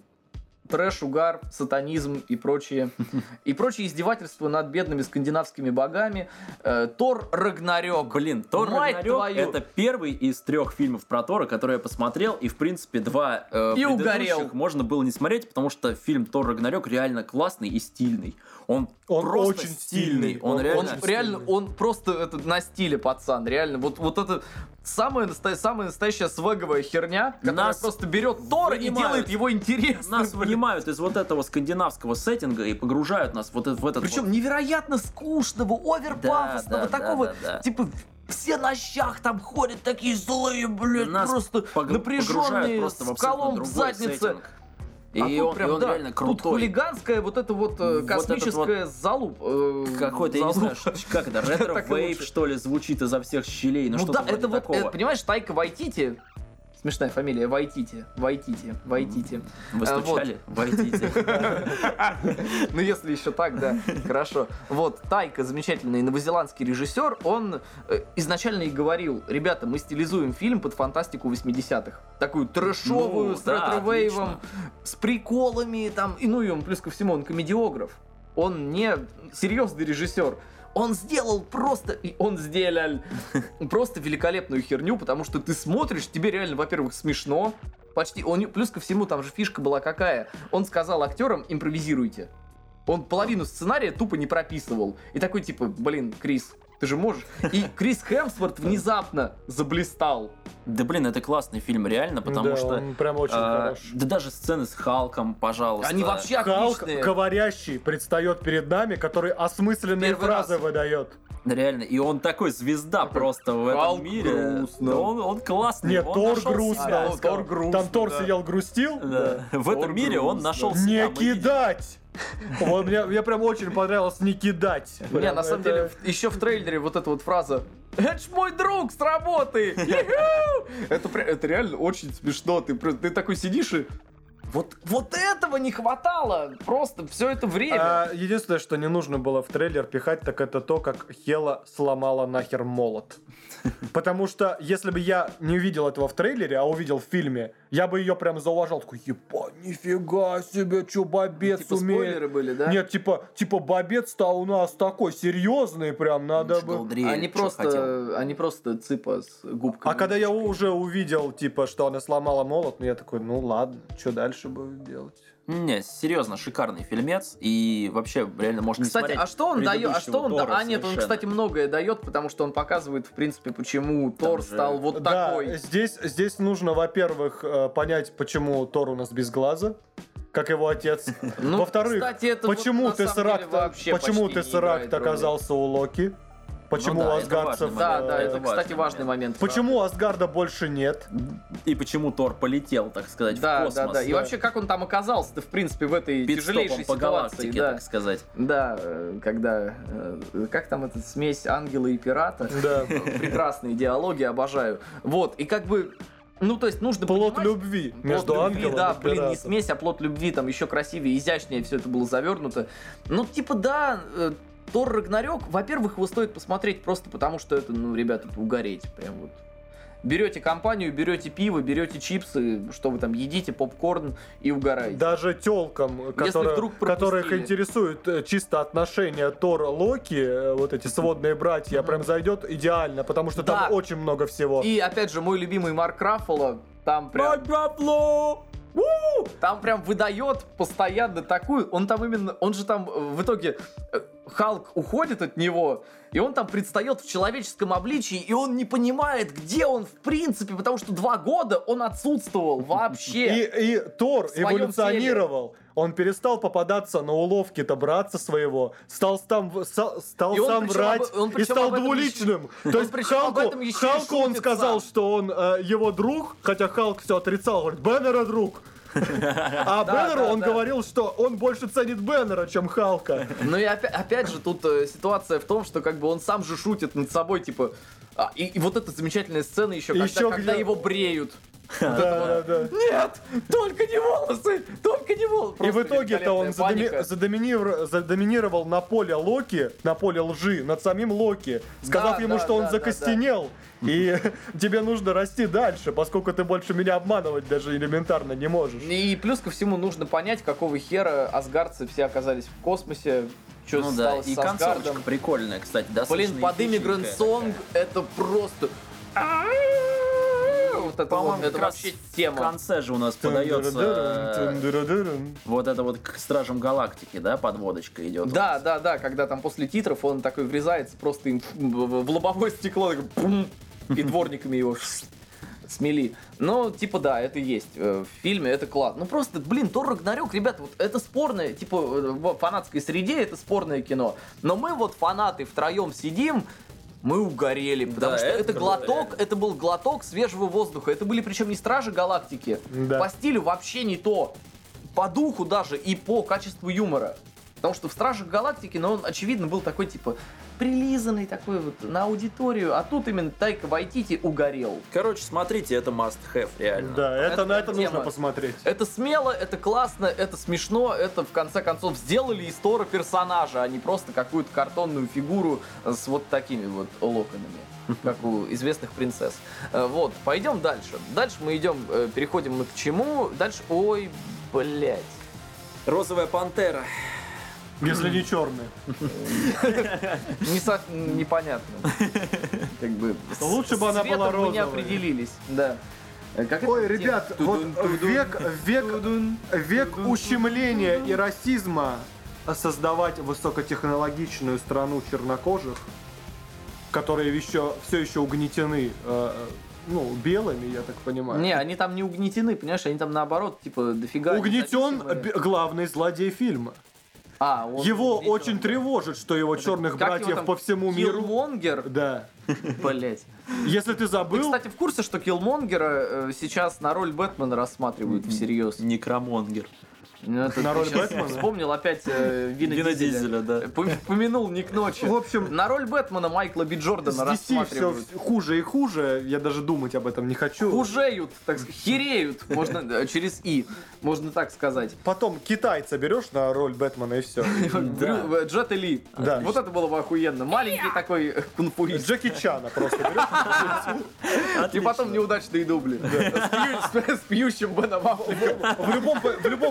трэш, угар, сатанизм и прочие издевательства над бедными скандинавскими богами. Тор Рагнарёк. Блин, Тор Мать Рагнарёк твою. это первый из 3 фильмов про Тора, которые я посмотрел, и, в принципе, 2 И угорел. предыдущих можно было не смотреть, потому что фильм Тор Рагнарёк реально классный и стильный. Он просто очень стильный. Он Он реально... реально, он просто это на стиле пацан, реально. Вот это самая настоящая свеговая херня, которая Нас просто берет Тора и вынимают. делает его интересным. Нас вынимают из вот этого скандинавского сеттинга и погружают нас вот в этот Причем вот... невероятно скучного, оверпафосного, Да, да, такого, да, да. типа, все на щах там ходят, такие злые, блядь, Нас просто погружают напряженные, просто в с абсолютно колом в другой заднице. сеттинг. И А тут он, прям, и он да, реально тут крутой. хулиганская вот это вот космическая залуп. Какой-то, я не знаю, как это, Так и ретро-вейв, лучше. что ли, звучит изо всех щелей, ну, Ну что-то да, вроде это вот, такого. понимаешь, Тайка Вайтити, смешная фамилия, Вайтити. Вы стучали? Войдите. Ну, если еще так, да, хорошо. Вот, Тайка, замечательный новозеландский режиссер, он изначально и говорил, ребята, мы стилизуем фильм под фантастику 80-х. Такую трэшовую, Ну, с да, ретро-вейвом, с приколами, там, и ну и он, плюс ко всему, он комедиограф. Он не серьезный режиссер. Он сделал просто, и он сделал просто великолепную херню, потому что ты смотришь, тебе реально, во-первых, смешно, почти, плюс ко всему, там же фишка была какая, он сказал актерам, импровизируйте. Он половину сценария тупо не прописывал. И такой типа, блин, Крис, ты же можешь. И Крис Хемсворт внезапно заблистал. Да блин, это классный фильм, реально, потому Да, что... он прям очень хорош. Да даже сцены с Халком, пожалуйста. Они вообще Халк отличные. говорящий предстает перед нами, который осмысленные Первый фразы раз. выдает. Да, реально, и он такой звезда просто в Халк этом мире. грустно. Да, он классный. Нет, он Тор нашел грустно. себя. он сказал. Тор грустно, Там Тор да. сидел грустил. Да. В этом Тор мире он грустно. нашел себя. Не Мы видим. кидать! Вот мне прям очень понравилось не кидать. Не, Прям на самом это- деле, еще в трейлере вот эта вот фраза «Это ж мой друг с работы!» Иху! Это реально очень смешно. Ты такой сидишь и... Вот этого не хватало просто все это время. Единственное, что не нужно было в трейлер пихать, так это то, как Хела сломала нахер молот. Потому что, если бы я не увидел этого в трейлере, а увидел в фильме, я бы ее прям зауважал. Такой, ебать, нифига себе, что бобец Типа умеет. спойлеры были, да? Нет, типа бобец-то у нас такой серьезный, прям надо бы... Голдрей, Они что хотел. просто цыпа с губками. А когда я уже увидел, типа, что она сломала молот, ну я такой, ну ладно, что дальше дальше будет делать. Не, серьезно, шикарный фильмец. И вообще, реально, можно не Кстати, смотреть а что он дает? Тора Нет, он, совершенно. кстати, многое дает, потому что он показывает, в принципе, почему Тор же- стал вот Да, такой. здесь нужно, во-первых, понять, почему Тор у нас без глаза, как его отец. Ну, Во-вторых, кстати, это почему вот на самом деле Тессеракт вообще почему почти не Тессеракт играет роли. оказался у Локи? Почему да, у это асгардцев... важный Да, момент. да, это, Это кстати, важный важный момент. Почему Асгарда больше нет? И почему Тор полетел, так сказать, в Да, космос. да, да. И вообще, как он там оказался-то, в принципе, в этой тяжелейшей Пит-стопом по ситуации. галактике, Да, так сказать. да, когда... Как там эта смесь ангела и пирата? Да. Прекрасные диалоги, обожаю. Вот, и как бы... Ну, то есть нужно Плод понимать- любви Плод между любви, ангелом да, и блин, не пиратом. смесь, а плод любви, там еще красивее, изящнее все это было завернуто. Ну, типа, да, Тор Рагнарёк, во-первых, его стоит посмотреть просто потому, что это, ну, ребята, это угореть, прям вот. Берете компанию, берете пиво, берете чипсы, что вы там едите, попкорн и угораете. Даже тёлкам, вдруг которых пропустили. интересуют чисто отношения Тор-Локи, вот эти сводные братья, прям зайдет идеально, потому что Да. там очень много всего. И, опять же, мой любимый Марк Раффало, там прям... Там прям выдает постоянно такую, он там именно, он же там в итоге, Халк уходит от него, и он там предстает в человеческом обличии, и он не понимает, где он в принципе, потому что 2 года он отсутствовал вообще. И Тор в своем эволюционировал. Он перестал попадаться на уловки-то братца своего, стал И он сам причем врать он и причем стал об этом двуличным. еще- То он есть причем об этом еще и Халку он шутит сказал, сам. что он его друг, хотя Халк все отрицал, говорит, Бэннера друг. А Бэннеру да, он да. говорил, что он больше ценит Бэннера, чем Халка. Ну и опять же тут ситуация в том, что как бы он сам же шутит над собой, типа... И вот эта замечательная сцена еще, Еще когда где- его бреют. Да. Нет, только не волосы, только не волосы. И в Просто итоге-то он великолепная паника. задоминировал на поле Локи, на поле лжи, над самим Локи, сказав Да, ему, да, что он да, закостенел. И тебе нужно расти дальше, поскольку ты больше меня обманывать даже элементарно не можешь. И плюс ко всему нужно понять, какого хера асгардцы все оказались в космосе, что Ну да, стало и с Асгардом. концовочка прикольная, кстати, достаточно Блин, под эпичненькая Immigrant Song такая. это просто... Вот это, По-моему, это как раз вообще в тема. конце же у нас подается вот это вот к Стражам Галактики, да, подводочка идет. Да, когда там после титров он такой врезается просто им в лобовое стекло, такой, пум, и дворниками его смели. Но, типа, да, это есть в фильме, это классно. Ну, просто, блин, Тор Рагнарёк, ребята, вот это спорное, типа, в фанатской среде это спорное кино. Но мы вот, фанаты, втроем сидим, мы угорели, потому Да, что это это было глоток, реально. это был глоток свежего воздуха. Это были причем не Стражи Галактики, Да. по стилю вообще не то, по духу даже и по качеству юмора. Потому что в Стражах Галактики, ну, он, очевидно, был такой, типа, прилизанный такой вот на аудиторию, а тут именно Тайка Вайтити угорел. Короче, смотрите, это must have, реально. Да, Это на это тема. нужно посмотреть. Это смело, это классно, это смешно, это в конце концов сделали из Тора персонажа, а не просто какую-то картонную фигуру с вот такими вот локонами, как у известных принцесс. Вот, пойдем дальше. Дальше мы идем, переходим мы к чему? Дальше, ой, блядь. Розовая пантера. Если не черные. Непонятно. Как бы Лучше бы с она цветом была мы не розовой. определились, да. Как это Ой, тема? ребят, вот век ущемления и расизма создавать высокотехнологичную страну чернокожих, которые все еще угнетены белыми, я так понимаю. Не, они там не угнетены, понимаешь, они там наоборот, типа, дофига. Угнетен независимые. главный злодей фильма. Он Его угнетен. очень тревожит, что его черных Как его братьев там, по всему миру... Киллмонгер? Да. Блять. Если ты Вы, забыл... кстати, в курсе, что Киллмонгера сейчас на роль Бэтмена рассматривают всерьез? Некромонгер. Ну, это На ты роль щас Бэтмена? Вспомнил опять Вина Дизеля. да. Помянул Ник Ночи. В общем, На роль Бэтмена Майкла Би Джордана с DC рассматривают. все хуже и хуже, я даже думать об этом не хочу. Хужеют, так сказать, хереют, можно через «и», можно так сказать. Потом китайца берешь на роль Бэтмена и все. Джет Ли. Да. Вот это было бы охуенно. Маленький такой кунг-фуист. Джеки Чана просто берешь. И потом неудачные дубли. С пьющим Беном Аффлеком. В любом помещении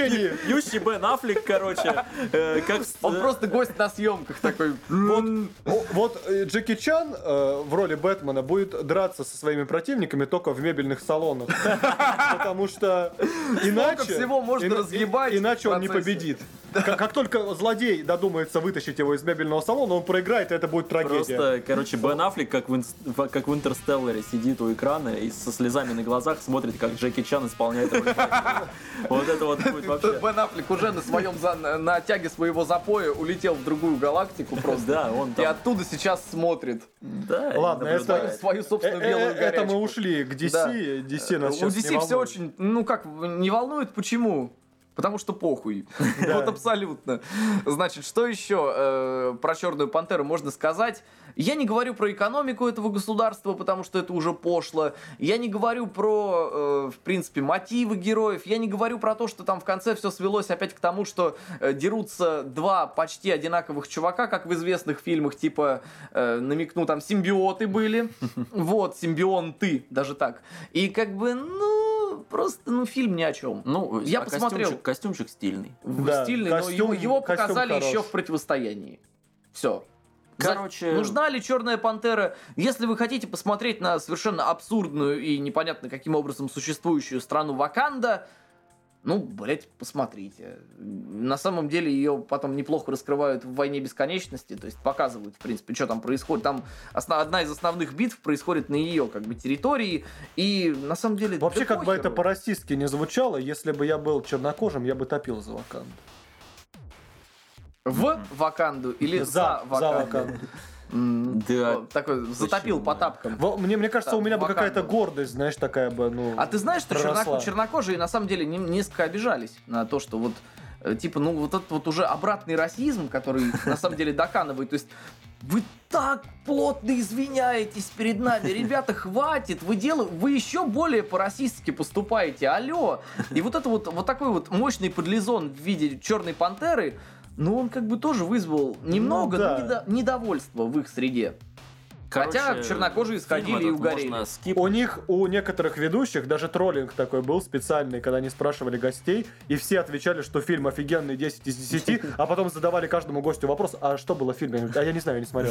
Ющий Бен Аффлек, короче. Он просто гость на съемках такой. Вот Джеки Чан в роли Бэтмена будет драться со своими противниками только в мебельных салонах. Потому что иначе... всего можно разъебать Иначе в он не процессе. победит. Как только злодей додумается вытащить его из мебельного салона, он проиграет, и это будет трагедия. Просто, короче, Бен Аффлек, как в «Интерстелларе», сидит у экрана и со слезами на глазах смотрит, как Джеки Чан исполняет роль Бэтмена. Вот это вот будет вообще... Бен Аффлек уже на тяге своего запоя улетел в другую галактику просто. Да, он И там... оттуда сейчас смотрит. Да, Ладно, наблюдает. Свою собственную белую горячку. Это мы ушли к DC. Да. DC нас У сейчас DC не все волнует. очень, не волнует. Почему? Потому что похуй. Вот абсолютно. Значит, что еще про Черную Пантеру можно сказать? Я не говорю про экономику этого государства, потому что это уже пошло. Я не говорю про, в принципе, мотивы героев. Я не говорю про то, что там в конце все свелось опять к тому, что дерутся два почти одинаковых чувака, как в известных фильмах, типа, намекну, там симбиоты были. Вот, симбионты, даже так. И как бы, просто, фильм ни о чем. Ну, Я посмотрел. Костюмчик стильный. Да, Стильный, но костюм его показали хорош. еще в противостоянии. Все. Короче- Нужна ли Черная Пантера? Если вы хотите посмотреть на совершенно абсурдную и непонятно каким образом существующую страну Ваканда, посмотрите. На самом деле ее потом неплохо раскрывают в «Войне бесконечности», то есть показывают, в принципе, что там происходит. Там одна из основных битв происходит на ее территории, и на самом деле... Вообще, да как бы похеру. это по-расистски не звучало, если бы я был чернокожим, я бы топил за Ваканду. В Ваканду или за Ваканду? Ваканду. Да. Такой затопил Почему? по тапкам. Мне кажется, Да, у меня бы Ваканду. какая-то гордость, знаешь, такая бы, А ты знаешь, что проросла. чернокожие на самом деле несколько обижались на то, что вот этот вот уже обратный расизм, который на самом деле доканывает, то есть вы так плотно извиняетесь перед нами, ребята, хватит, вы еще более по-расистски поступаете, алло. И вот это вот такой вот мощный подлизон в виде Черной Пантеры, он как бы тоже вызвал немного да. недовольства в их среде. Хотя чернокожие сходили и угорели. У некоторых ведущих даже троллинг такой был специальный, когда они спрашивали гостей, и все отвечали, что фильм офигенный 10 из 10, а потом задавали каждому гостю вопрос, а что было в фильме? А я не знаю, я не смотрел.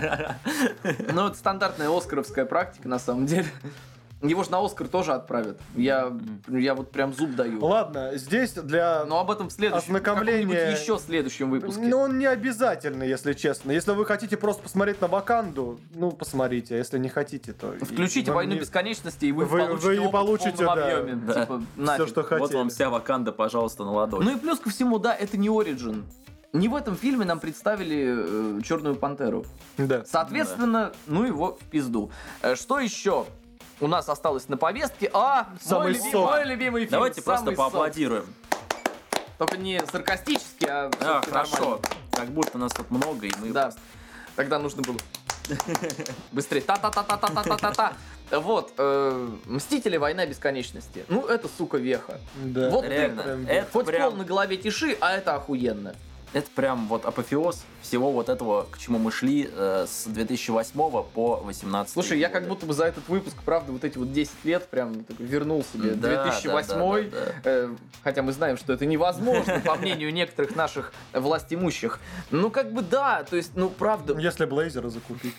Это стандартная оскаровская практика, на самом деле. Его же на Оскар тоже отправят. Я вот прям зуб даю. Ладно, здесь для... Но об этом в следующем, ознакомления- еще следующем выпуске. Он не обязательно, если честно. Если вы хотите просто посмотреть на Ваканду, посмотрите. А если не хотите, то... Включите вам «Войну не- бесконечности», и вы Вы получите получите, в полном да. объеме. Да. Типа, Все, нафиг. что хотели. Вот вам вся Ваканда, пожалуйста, на ладони. И плюс ко всему, да, это не Origin. Не в этом фильме нам представили Черную Пантеру. Да. Соответственно, его в пизду. Что еще у нас осталось на повестке? Самый сок. мой любимый фильм. Давайте просто «Самый сок». поаплодируем. Только не саркастически, а всё-таки Хорошо. нормально. Как будто нас тут много, и мы... Да. Тогда нужно было быстрее. Та-та-та-та-та-та-та-та-та. Вот. «Мстители. Война бесконечности». Это, сука, веха. Да. Вот Реально. прям- Это Хоть прям... пол на голове тиши, а это охуенно. Это прям вот апофеоз всего вот этого, к чему мы шли с 2008 по 2018. Слушай, я как будто бы за этот выпуск, правда, вот эти 10 лет прям такой вернул себе. Да, 2008, да. хотя мы знаем, что это невозможно, по мнению некоторых наших властимущих. Да, то есть, правда, Если блейзера закупить.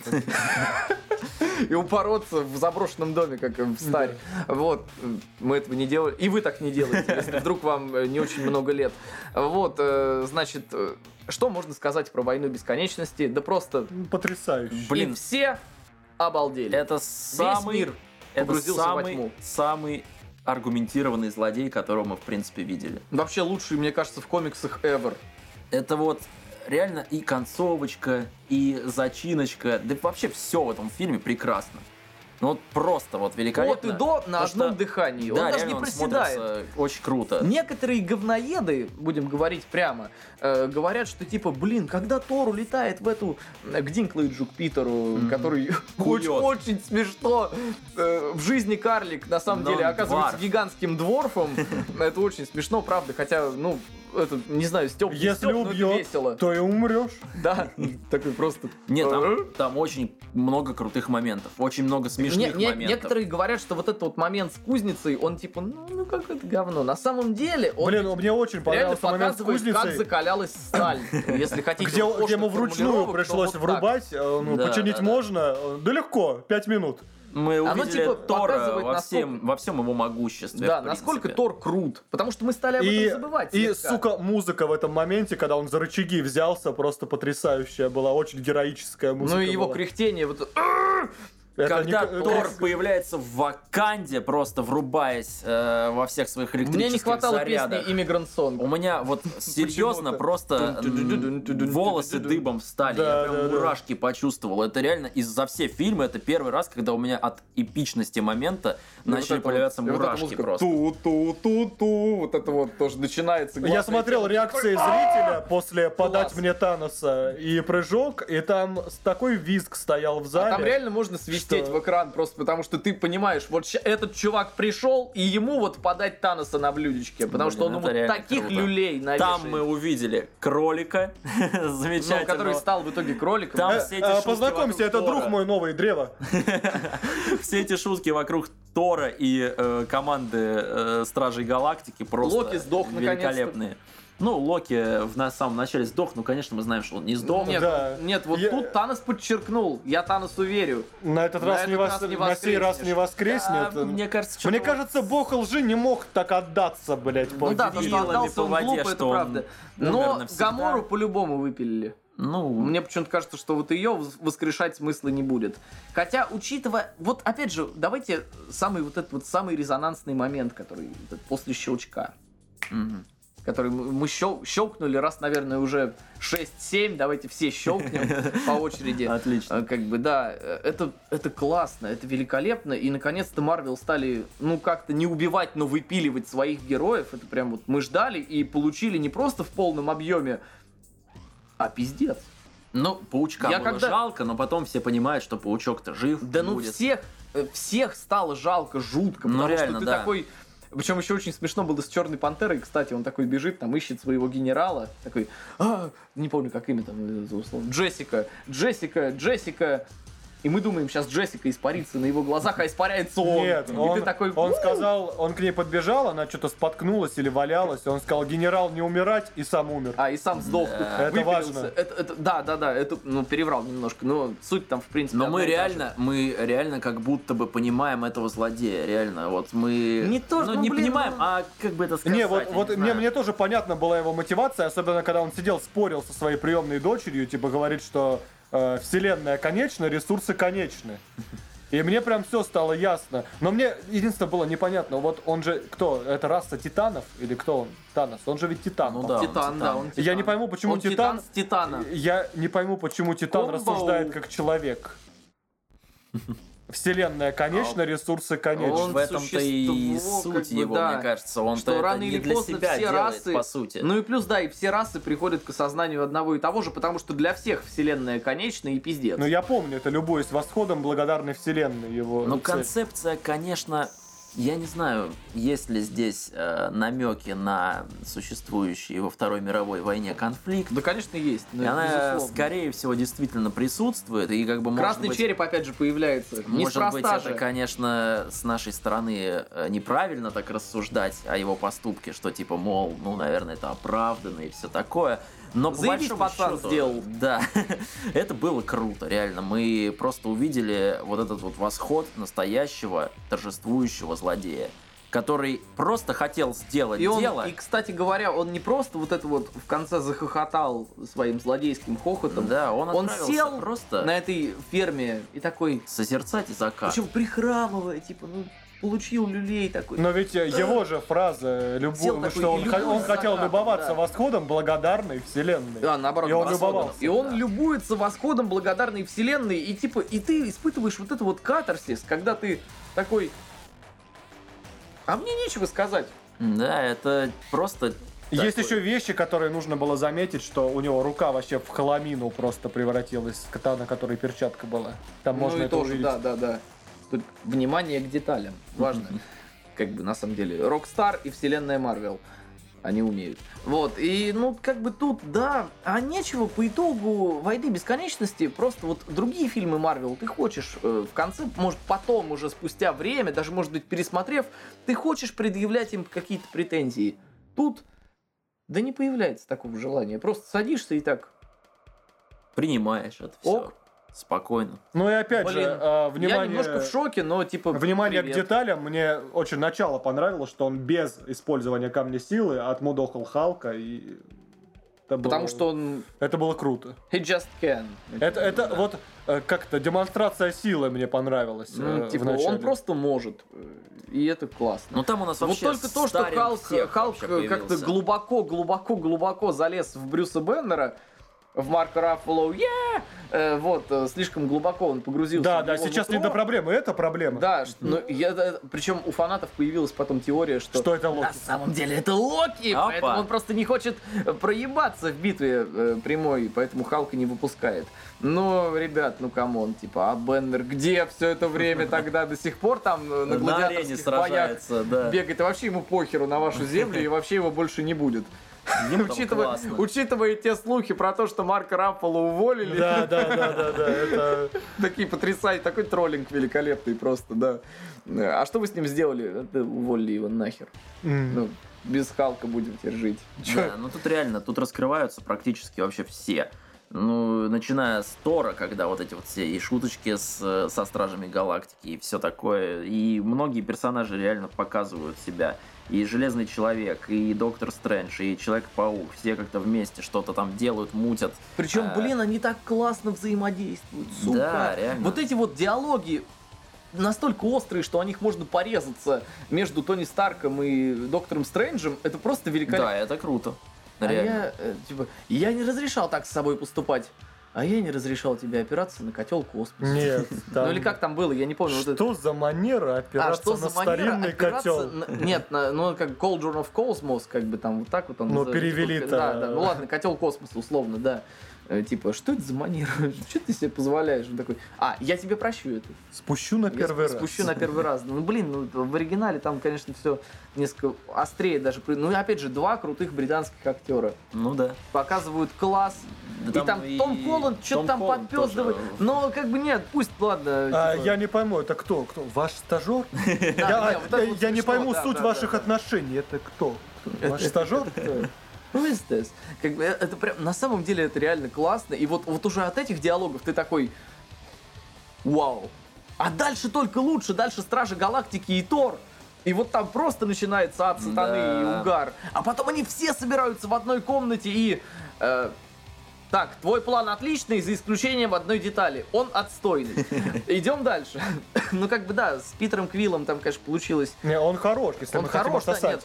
и упороться в заброшенном доме, как в Старе. Вот, мы этого не делали, и вы так не делаете, если вдруг вам не очень много лет. Вот, значит, что можно сказать про «Войну бесконечности»? Да просто, Потрясающе. Блин. и все обалдели. Это Весь самый... мир Это погрузился во тьму. самый аргументированный злодей, которого мы, в принципе, видели. Вообще лучший, мне кажется, в комиксах ever. Это вот реально и концовочка, и зачиночка, да вообще все в этом фильме прекрасно. Просто вот великолепно. От и до на То, одном что- дыхании. Да, Он даже реально не он проседает. смотрится очень круто. Некоторые говноеды, будем говорить прямо, говорят, что типа, когда Тор улетает в эту к Динклэйджу, к Питеру, который Кует. очень смешно в жизни карлик, на самом Но деле, он оказывается дварф. гигантским дворфом. Это очень смешно, правда, хотя, не знаю, Стёп, Если убьет, весело. то и умрешь. Да, такой просто... Нет, там очень много крутых моментов, очень много смешных моментов. Некоторые говорят, что вот этот вот момент с кузницей, он типа, ну какое-то говно. На самом деле, он Блин, мне очень реально понравился момент с показывает, как кузницей, закалялась сталь. Если хотите где пошлых ему вручную формулировок, то пришлось вот так. врубать, Да, починить да. можно, да легко, 5 минут. Мы Оно, увидели типа, Тора показывает, во всем его могуществе. Да, в насколько принципе. Тор крут. Потому что мы стали об этом забывать. И, слегка. сука, музыка в этом моменте, когда он за рычаги взялся, просто потрясающая была, очень героическая музыка Ну и его была. кряхтение, вот... Это Когда не- Тор это- появляется в Ваканде, просто врубаясь во всех своих электрических Мне не хватало зарядах. песни Immigrant Song. У меня вот серьезно Почему-то. просто волосы дыбом встали. Да, Я прям да, да. мурашки почувствовал. Это реально из-за все фильмы, это первый раз, когда у меня от эпичности момента начали появляться мурашки просто. Ту-ту-ту-ту, вот это вот тоже начинается. Я главная смотрел тема. реакции зрителя после «Подать Класс. мне Таноса» и «Прыжок», и там такой визг стоял в А зале. там реально можно свистеть Что? в экран, просто потому что ты понимаешь, вот этот чувак пришел, и ему вот подать Таноса на блюдечке, потому что он это ему реально таких круто. люлей навешает. Там мы увидели кролика, замечательно. который стал в итоге кроликом. Там Да. все эти шутки Познакомься, вокруг это друг Тора. мой новый, Древо. Все эти шутки вокруг Тора и команды Стражей Галактики просто Локи сдох, великолепные. Ну, Локи на самом начале сдох, ну, конечно, мы знаем, что он не сдох. Нет, Да. нет, вот Я- тут Танос подчеркнул, я Таносу верю. На этот На раз этот не раз не на сей раз не воскреснет. А, мне кажется, что Мне кажется, бог лжи не мог так отдаться, блядь. Ну да, то, что вилами отдался по он воде, глупо, это что он правда. умер Но навсегда. Гамору по-любому выпилили. Ну, Мне почему-то кажется, что вот ее воскрешать смысла не будет. Хотя, учитывая, вот опять же, давайте самый резонансный момент, который этот после щелчка, мгм. который мы щелкнули раз, наверное, уже 6-7, давайте все щелкнем по очереди. Отлично. Как бы, да, это классно, это великолепно, и наконец-то Марвел стали, ну, как-то не убивать, но выпиливать своих героев. Это прям вот мы ждали и получили не просто в полном объеме, а пиздец. Ну, Паучка Я было когда- жалко, но потом все понимают, что Паучок-то жив. Да ну будет. всех стало жалко, жутко, Ну, потому реально, что ты да. такой... Причем еще очень смешно было с Черной Пантерой, кстати, он такой бежит, там ищет своего генерала, такой, не помню, как имя там, условно, Джессика, и мы думаем, сейчас Джессика испарится на его глазах, а испаряется он. Нет, И он, ты такой, он сказал, он к ней подбежал, она что-то споткнулась или валялась, и он сказал, генерал, не умирать, и сам умер. и сам сдох. Да. Это важно. Да, это, ну, переврал немножко, но суть там, в принципе, Но одна мы и та же. реально как будто бы понимаем этого злодея, реально, вот мы... Не то, ну, ну, не блин, понимаем, ну- а как бы это сказать, Не, я вот не мне, знаю. мне тоже понятна была его мотивация, особенно когда он сидел, спорил со своей приемной дочерью, типа говорит, что вселенная конечна, ресурсы конечны. И мне прям все стало ясно. Но мне единственное было непонятно, вот он же кто? Это раса титанов? Или кто он? Танос? Он же ведь титан. Ну по-моему. да, Титан, он да, Титан. он Титан. Я не пойму, почему Он Титан... с Титана. Я не пойму, почему Титан Комбо. рассуждает как человек. Вселенная конечна, ресурсы конечны. Он В этом-то и существо, как суть бы, его, да. мне кажется. Он Что это рано не или для поздно себя все делает, расы, по сути. Ну и плюс, да, и все расы приходят к осознанию одного и того же, потому что для всех вселенная конечна и пиздец. Ну я помню, это любуюсь восходом благодарной вселенной его. Ну, цель. концепция, конечно, я не знаю, есть ли здесь намеки на существующий во Второй мировой войне конфликт. Да, конечно, есть. И она, скорее всего, действительно присутствует. И как бы, может Красный быть, череп опять же появляется. может быть, Неспроста это, же. конечно, с нашей стороны неправильно так рассуждать о его поступке, что типа, мол, ну, наверное, это оправданно и все такое. Но по Заебись, большому пацан счету, сделал. Да, это было круто, реально. Мы просто увидели вот этот вот восход настоящего торжествующего злодея, который просто хотел сделать И он, дело. и, кстати говоря, он не просто вот это вот в конце захохотал своим злодейским хохотом. Да, он отправился сел просто на этой ферме и такой, созерцать закат. причем прихрамывая, типа, ну, получил люлей такой. Но ведь его же фраза, Сел ну, такой, что и он любуюсь хотел закатом, любоваться да. восходом благодарной вселенной. Да, наоборот, И он восходом. любовался, И он да. любуется восходом благодарной вселенной, и типа, и ты испытываешь вот это вот катарсис, когда ты такой, а мне нечего сказать. Да, это просто... Есть такой- еще вещи, которые нужно было заметить, что у него рука вообще в хламину просто превратилась, на которой перчатка была. Там можно ну и это тоже, увидеть. да. Тут внимание к деталям, важно. Как бы, на самом деле, Rockstar и вселенная Marvel. Они умеют. Вот, и, ну, как бы тут, да, а нечего по итогу «Войны бесконечности», просто вот другие фильмы Марвел ты хочешь в конце, может, потом, уже спустя время, даже, может быть, пересмотрев, ты хочешь предъявлять им какие-то претензии. Тут, да не появляется такого желания. Просто садишься и так... Принимаешь это все. Ок. Спокойно. Ну и опять Блин, же, внимание... Я немножко в шоке, но типа... Внимание привет. к деталям. Мне очень начало понравилось, что он без использования камня силы отмудохал Халка. И это Потому было... что он... Это было круто. He just can. Это Да. вот как-то демонстрация силы мне понравилась Ну, типа, в начале. он просто может. И это классно. Ну там у нас Вот вообще только то, что старинг всех Халк вообще как-то появился. глубоко залез в Брюса Беннера, в Марка Раффало, слишком глубоко он погрузился. Да, в да, его сейчас не нутро. до проблемы, это проблема. Да, причем у фанатов появилась потом теория, Что это Локи? на самом деле это Локи, Опа. поэтому он просто не хочет проебаться в битве прямой, поэтому Халка не выпускает. Но, ребят, ну камон, типа, а Беннер где все это время тогда до сих пор там на На арене гладиаторских боях сражается, да. бегает, и вообще ему похеру на вашу землю, и вообще его больше не будет. Ему там классно. Учитывая те слухи про то, что Марка Раффало уволили, Да, это... такие потрясающие, такой троллинг великолепный просто, да. А что вы с ним сделали? Да, уволили его нахер. Ну, без Халка будем теперь жить. Да, ну тут реально, тут раскрываются практически вообще все. Ну, начиная с Тора, когда вот эти вот все и шуточки со Стражами Галактики, и все такое. И многие персонажи реально показывают себя. И Железный Человек, и Доктор Стрэндж, и Человек-паук. Все как-то вместе что-то там делают, мутят. Причем, блин, они так классно взаимодействуют, сука. Да, реально. Вот эти вот диалоги настолько острые, что о них можно порезаться между Тони Старком и Доктором Стрэнджем. Это просто великолепно. Да, это круто. А Реально. я не разрешал так с собой поступать. А я не разрешал тебе опираться на котел космоса. Нет, там... Ну или как там было, я не помню. Что за манера опираться на старинный котел? Нет, ну как Cauldron of Cosmos, как бы там вот так вот он Ну, называется. перевели-то. Да, ну ладно, котел космоса, условно, да. Типа, что это за манера? Что ты себе позволяешь? Он такой, я тебе прощу это. Спущу на первый раз. Спущу на первый раз. Ну, блин, ну, в оригинале там, конечно, все несколько острее даже. Ну, и опять же, два крутых британских актера. Ну да. Показывают класс. Да и там и Том Холланд что-то Том там Холланд подпёздывает. тоже. Но как бы нет, пусть, ладно. Типа... Я не пойму, это кто? Ваш стажер? Да, вот это вот Я не смешно, пойму да, суть да, ваших да. отношений. Это кто? Ваш стажер? Who is this? Как бы это прям, на самом деле это реально классно. И вот уже от этих диалогов ты такой, вау. А дальше только лучше, дальше Стражи Галактики и Тор. И вот там просто начинается ад сатаны Да. и угар. А потом они все собираются в одной комнате и... так, твой план отличный, за исключением одной детали. Он отстойный. Идем дальше. Ну, как бы, да, с Питером Квиллом там, конечно, получилось... Не, он хорош, если Он мы хотим хорош, да, отсосать.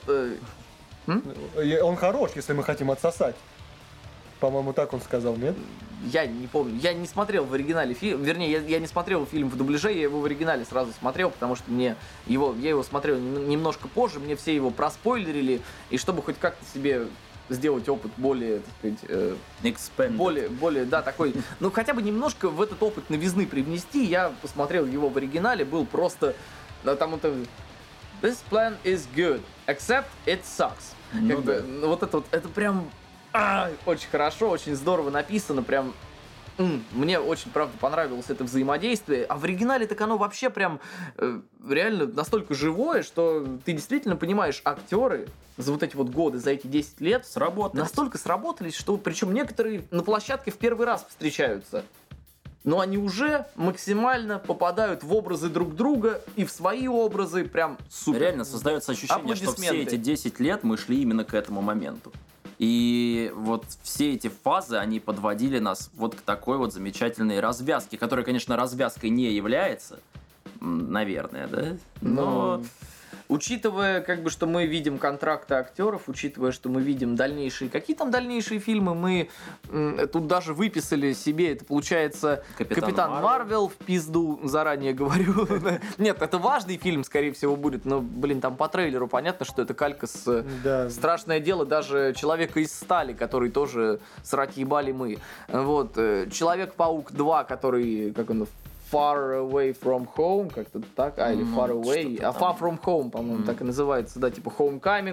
нет, Он хорош, если мы хотим отсосать. По-моему, так он сказал, нет? я не помню. Я не смотрел в оригинале фильм. Вернее, я не смотрел фильм в дубляже, я его в оригинале сразу смотрел, потому что я его смотрел немножко позже, мне все его проспойлерили, и чтобы хоть как-то себе сделать опыт более, так сказать, Expanded. более, да, такой, ну, хотя бы немножко в этот опыт новизны привнести, я посмотрел его в оригинале, был просто, да, там это, this plan is good, except it sucks. Ну Как бы, да. ну, вот это вот, это прям очень хорошо, очень здорово написано, прям мне очень, правда, понравилось это взаимодействие. А в оригинале так оно вообще прям реально настолько живое, что ты действительно понимаешь, актеры за вот эти вот годы, за эти 10 лет Сработало. настолько сработались, что причем некоторые на площадке в первый раз встречаются. Но они уже максимально попадают в образы друг друга и в свои образы прям супер. Реально создается ощущение, что все Аплодисменты. эти 10 лет мы шли именно к этому моменту. И вот все эти фазы, они подводили нас вот к такой вот замечательной развязке, которая, конечно, развязкой не является, наверное, да? Но... Учитывая, как бы, что мы видим контракты актеров, учитывая, что мы видим дальнейшие... Какие там дальнейшие фильмы? Мы тут даже выписали себе, это получается Капитан Марвел в пизду, заранее говорю. Нет, это важный фильм, скорее всего, будет, но, блин, там по трейлеру понятно, что это калька с... Да. Страшное дело даже Человека из стали, который тоже срать ебали мы. Вот. Человек-паук 2, который, как он, Far Away From Home, как-то так, или Far Away, что-то там. Far From Home, по-моему, так и называется, да, типа Homecoming,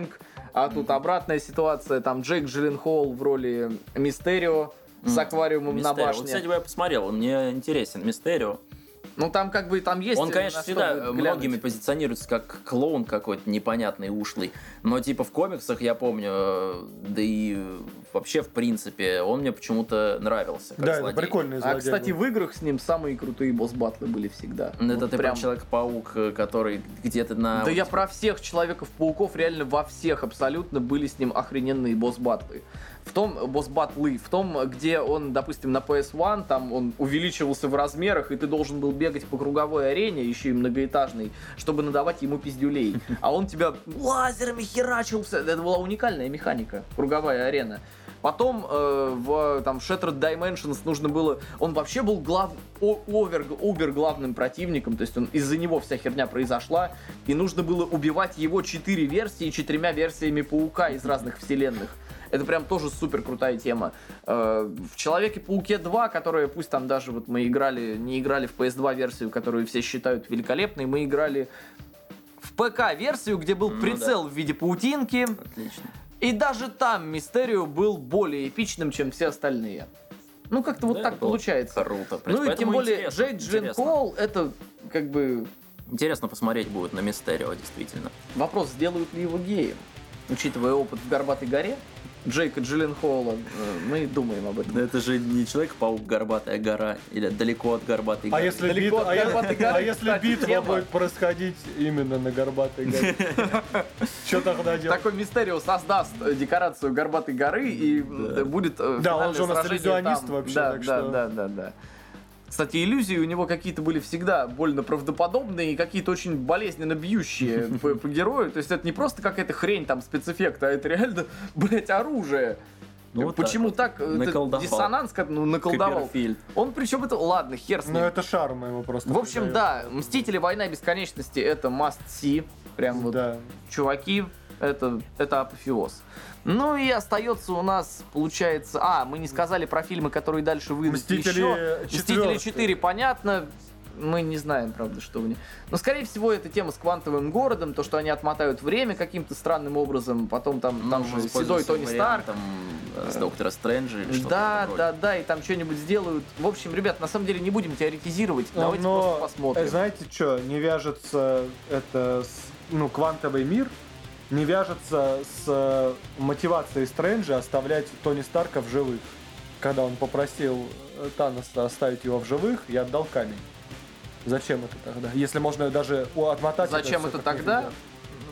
А тут обратная ситуация, там Джейк Джилленхол в роли Мистерио с аквариумом на Мистерио. башне. Вот, кстати, я посмотрел, он мне интересен, Мистерио. Ну там как бы там есть... Он, конечно, на что всегда глянуть. многими позиционируется как клоун какой-то непонятный, ушлый. Но типа в комиксах, я помню, да и вообще в принципе, он мне почему-то нравился. Как Да, это злодей. прикольный А, злодей кстати, был. в играх с ним самые крутые босс-баттлы были всегда. Это Вот ты прям... прям Человек-паук, который где-то на... Да я про всех Человеков-пауков, реально во всех абсолютно были с ним охрененные босс-баттлы. В том, босс-баттлы, в том, где он, допустим, на PS1, там он увеличивался в размерах, и ты должен был бегать по круговой арене, еще и многоэтажной, чтобы надавать ему пиздюлей. А он тебя лазерами херачился. Это была уникальная механика, круговая арена. Потом в там, Shattered Dimensions нужно было... Он вообще был овер главным противником, то есть из-за него вся херня произошла, и нужно было убивать его 4 версии, 4 версиями Паука из разных вселенных. Это прям тоже супер крутая тема. В Человеке-пауке 2, которая, пусть там даже вот мы не играли в PS2 версию, которую все считают великолепной, мы играли в ПК-версию, где был прицел в виде паутинки. Отлично. И даже там Мистерио был более эпичным, чем все остальные. Ну, как-то вот Да, так это было получается. Круто. Ну и тем Поэтому более интересно, Джейк Джилленхол, это как бы Интересно посмотреть будет на Мистерио, действительно. вопрос, сделают ли его геем. Учитывая опыт в Горбатой горе, Джейка Джилленхола, мы думаем об этом. Но это же не Человек-паук, Горбатая гора, или далеко от Горбатой А горы. если, Далеко от Горбатой горы, а если кстати, битва тема. будет происходить именно на Горбатой горе? Что тогда делать? Такой Мистерио создаст декорацию Горбатой горы и будет Да, он же у нас финальное сражение иллюзионист там. вообще, Да, так да, что- да. Кстати, иллюзии у него какие-то были всегда больно правдоподобные и какие-то очень болезненно бьющие по герою. То есть это не просто какая-то хрень там спецэффекта, а это реально, блять, оружие. Ну, вот Почему так так? вот. Это Наколдовал. диссонанс, наколдовал. Копперфильд. Он причем это... Ладно, хер с Ну ним. это шарм его просто. В общем, придает. да, Мстители Война Бесконечности это must see. Прям вот, Да. чуваки, это апофеоз. Ну и остается у нас, получается... мы не сказали про фильмы, которые дальше выйдут Мстители еще. Мстители 4, 4, понятно. Мы не знаем, правда, что в ней. Но, скорее всего, это тема с квантовым городом, то, что они отмотают время каким-то странным образом, потом там же седой Тони Старк. С Доктора Стрэнджа или что-то. Да, и там что-нибудь сделают. В общем, ребят, на самом деле не будем теоретизировать, давайте Но, просто посмотрим. знаете что, не вяжется это с, квантовый мир, не вяжется с мотивацией Стрэнджа оставлять Тони Старка в живых. Когда он попросил Таноса оставить его в живых и отдал камень. Зачем это тогда? Если можно даже отмотать... Зачем всё это как тогда? нельзя.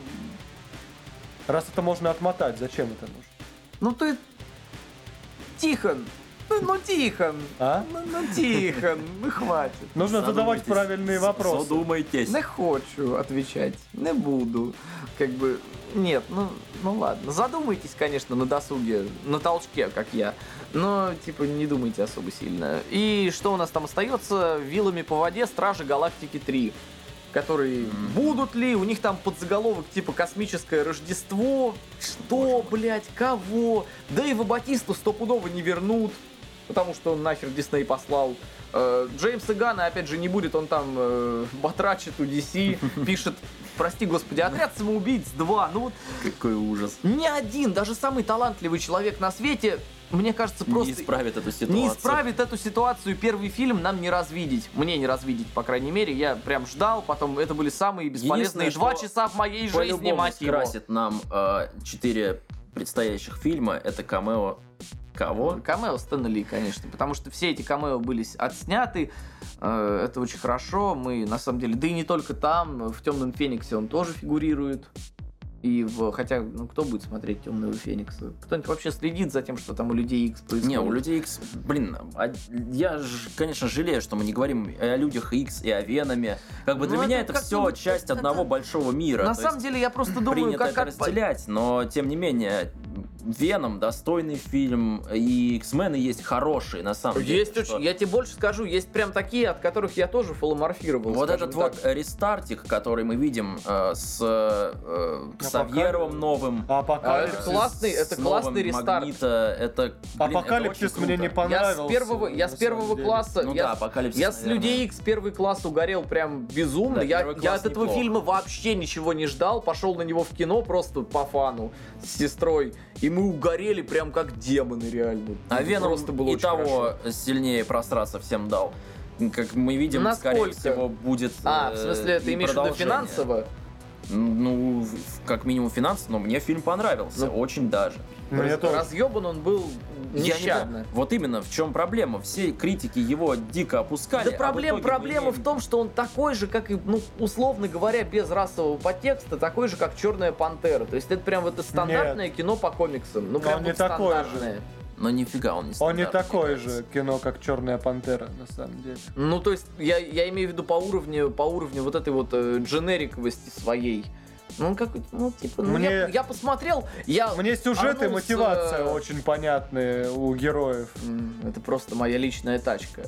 Раз это можно отмотать, зачем это нужно? Ну ты... Тихон! Тихон! А? Тихон! хватит. Нужно задавать правильные вопросы. Задумайтесь. Не хочу отвечать, не буду. Как бы, нет, ну ладно. Задумайтесь, конечно, на досуге, на толчке, как я. Но, типа, не думайте особо сильно. И что у нас там остается? Вилами по воде Стражи Галактики 3. Которые будут ли, у них там подзаголовок типа «Космическое Рождество». Что, блядь, кого? Дэйва Батисту стопудово не вернут, потому что он нахер Дисней послал. Джеймса Ганна, опять же, не будет, он там батрачит у DC, пишет, прости господи, «Отряд самоубийц 2». Ну вот Какой ужас. ни один, даже самый талантливый человек на свете, мне кажется, просто... Не исправит эту ситуацию. Не исправит эту ситуацию. Первый фильм нам не развидеть. Мне не развидеть, по крайней мере. Я прям ждал. Потом это были самые бесполезные Единственное, 2 часа в моей жизни, По-любому мать его. скрасит нам 4 предстоящих фильма. Это камео кого? Камео Стэна Ли, конечно. Потому что все эти камео были отсняты. Это очень хорошо. Мы, на самом деле... Да и не только там. В «Темном Фениксе» он тоже фигурирует. Хотя, кто будет смотреть «Темного Феникса»? Кто-нибудь вообще следит за тем, что там у Людей Икс происходит? Не, у Людей Икс, я, конечно, жалею, что мы не говорим о Людях Икс и о Веноме. Как бы для Ну, меня это это как-то все часть одного большого мира. На То самом есть деле, я просто думаю, принято как... это разделять, но тем не менее, Веном достойный фильм, и X-мены есть хорошие, на самом деле. Есть очень, я тебе больше скажу, есть прям такие, от которых я тоже фоломорфировал. Вот этот вот рестартик, который мы видим с Ксавьеровым новым. Апокалипсис. Это классный рестарт. Магнита, это, Апокалипсис мне не понравился. Я с первого класса, Ну да, Апокалипсис, я с наверное. Людей Икс первый класс угорел прям безумно. Да, я первый класс от этого неплохо. фильма вообще ничего не ждал, пошел на него в кино просто по фану с сестрой, и мы угорели прям как демоны реально. А Веном просто было и очень того хорошо. сильнее просраться всем дал. Как мы видим, скорее Насколько? всего, будет В смысле, ты и имеешь в виду продолжение. финансово? Ну, как минимум финансово, но мне фильм понравился, Ну, очень даже. Мне тоже. Разъебан он был Я не нещадно. знаю, вот именно в чем проблема. Все критики его дико опускали. Да проблема в том, что он такой же, как и, условно говоря, без расового подтекста, такой же, как «Черная пантера». То есть это прям вот это стандартное кино по комиксам. Ну, Но прям он не вот такой же. стандартное. Но нифига он не Он не стандартный, такое мне кажется. же кино, как «Черная пантера», на самом деле. Ну, то есть, я имею в виду по уровню вот этой вот дженериковости своей. Ну, он какой-то, я посмотрел, Мне сюжет и Арнольд, мотивация очень понятные у героев. Это просто моя личная тачка.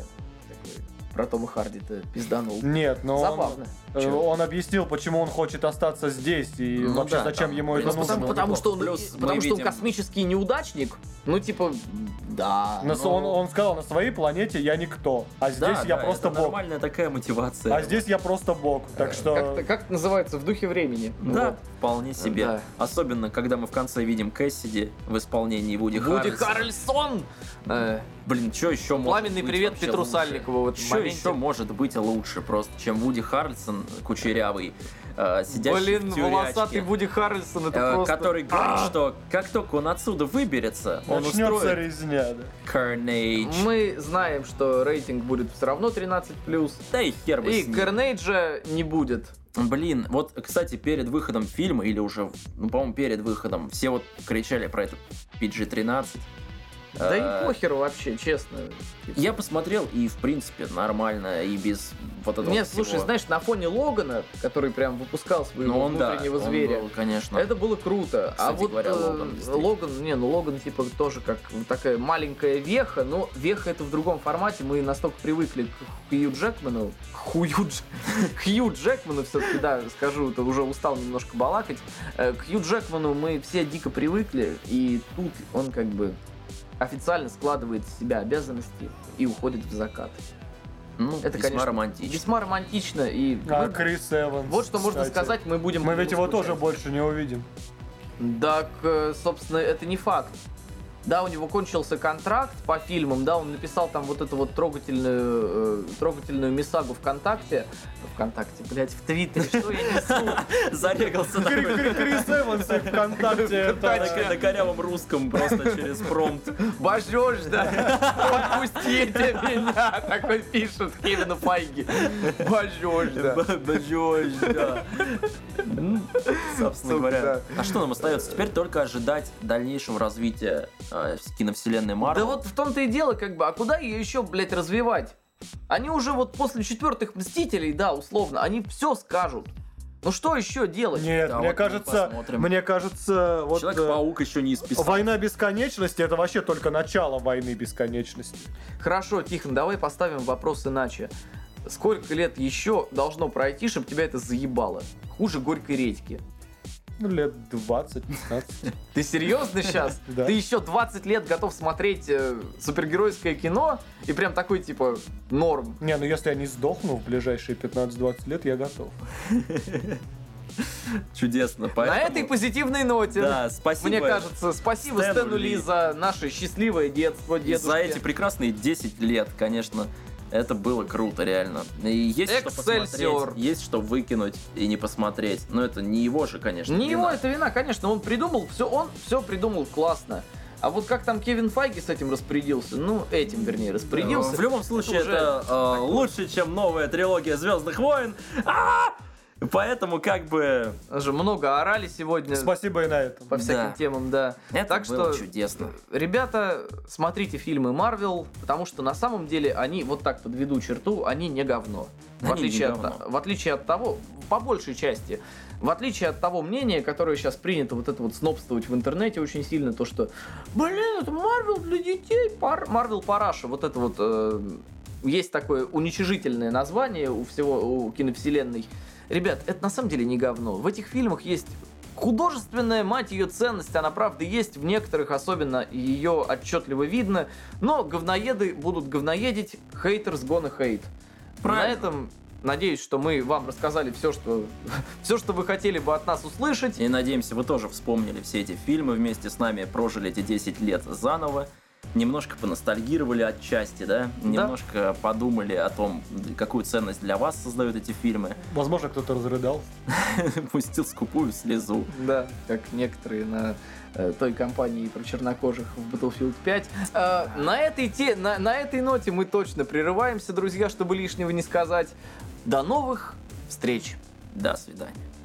Про Тома Харди-то пизданул. Нет, но Забавно. он объяснил, почему он хочет остаться здесь и Ну вообще да, зачем там, ему в это принципе, нужно. Потому что Плюс мы он видим- космический неудачник. Ну, типа, да. Он сказал, на своей планете я никто, а здесь Да, я да, просто это бог. нормальная такая мотивация. А здесь я просто бог, так что... Как это называется? В духе времени. Да, Вот. вполне себе. Да. Особенно, когда мы в конце видим Кэссиди в исполнении Вуди Вуди Харрельсона. Харрельсон! Блин, что еще может Пламенный быть привет вообще Петру лучше? Сальникову в этом Что моменте. еще может быть лучше просто, чем Вуди Харрельсон кучерявый, сидящий Блин, в тюрячке, волосатый Вуди Харрельсон, это просто... который говорит, что как только он отсюда выберется, он Начнется устроит резня, да. Carnage. Мы знаем, что рейтинг будет все равно 13+. Да и хер бы И с ним. Carnage не будет. Блин, вот, кстати, перед выходом фильма, или уже, по-моему, перед выходом, все вот кричали про этот PG-13. Да и похеру вообще, честно. Я посмотрел, и, в принципе, нормально, и без вот этого Нет, всего. слушай, знаешь, на фоне Логана, который прям выпускал своего внутреннего он зверя, был, конечно. это было круто. Кстати А вот говоря, Логан, действительно. Логан типа тоже как такая маленькая веха, но веха это в другом формате. Мы настолько привыкли к Хью Джекману, Хью Джекману все-таки, да, скажу, это уже устал немножко балакать. К Хью Джекману мы все дико привыкли, и тут он как бы официально складывает с себя обязанности и уходит в закат. Ну, Это, весьма конечно, романтично. Весьма романтично. И А мы- Крис Эванс, вот что можно кстати. сказать, мы будем... Мы по ведь нему его тоже скучать. больше не увидим. Так, собственно, это не факт. Да, у него кончился контракт по фильмам, да, он написал там вот эту вот трогательную мисагу ВКонтакте, блядь, в Твиттере, что я несу? Зарегался такой Крис Эванс и ВКонтакте это... на корявом русском просто через промпт. Божёшь, да? Отпустите меня, такой пишет Кевину Файги. Божёшь, да. Божёж, да. Собственно Сука, говоря. да. А что нам остается? Теперь только ожидать дальнейшего развития киновселенной Да Марвел. вот в том-то и дело, как бы, а куда ее еще, блядь, развивать? Они уже вот после 4-х Мстителей, да, условно, они все скажут. Ну что еще делать? Нет, Да, мне вот мы кажется, вот Человек-паук еще не исписал. Война бесконечности это вообще только начало войны бесконечности. Хорошо, Тихон, давай поставим вопрос иначе. Сколько лет еще должно пройти, чтобы тебя это заебало? Хуже горькой редьки. Ну, лет 20-15. Ты серьезно сейчас? Да. Ты еще 20 лет готов смотреть супергеройское кино и прям такой типа норм. Не, ну если я не сдохну в ближайшие 15-20 лет, я готов. Чудесно. На Поэтому... этой позитивной ноте, Да, спасибо. мне кажется, спасибо Стэну Стэну Ли Ли за наше счастливое детство, дедушки. За эти прекрасные 10 лет, конечно, это было круто, реально. И есть что Эксельсиор. посмотреть, есть что выкинуть и не посмотреть. Но это не его же, конечно. Не его вина. это вина, конечно, он все придумал классно. А вот как там Кевин Файги с этим распорядился, этим, вернее, распорядился. В любом случае, уже это такое. лучше, чем новая трилогия Звездных войн. Поэтому как бы... Даже много орали сегодня Спасибо и на этом. по всяким Да. темам, да. Это Так было что, чудесно. ребята, смотрите фильмы Marvel, потому что на самом деле они, вот так подведу черту, они не говно. В Они отличие, не говно. в отличие от того, по большей части, в отличие от того мнения, которое сейчас принято вот это вот снобствовать в интернете очень сильно, то что, блин, это Marvel для детей, Marvel параша, вот это вот, есть такое уничижительное название у всего, у киновселенной. Ребят, это на самом деле не говно. В этих фильмах есть художественная, мать ее, ценность, она правда есть, в некоторых особенно ее отчетливо видно, но говноеды будут говноедить, haters gonna hate. Правильно. На этом надеюсь, что мы вам рассказали все, что вы хотели бы от нас услышать. И надеемся, вы тоже вспомнили все эти фильмы вместе с нами, прожили эти 10 лет заново, немножко поностальгировали отчасти, да? Немножко подумали о том, какую ценность для вас создают эти фильмы. Возможно, кто-то разрыдался. Пустил скупую слезу. Да, как некоторые на той компании про чернокожих в Battlefield 5. На этой ноте мы точно прерываемся, друзья, чтобы лишнего не сказать. До новых встреч! До свидания.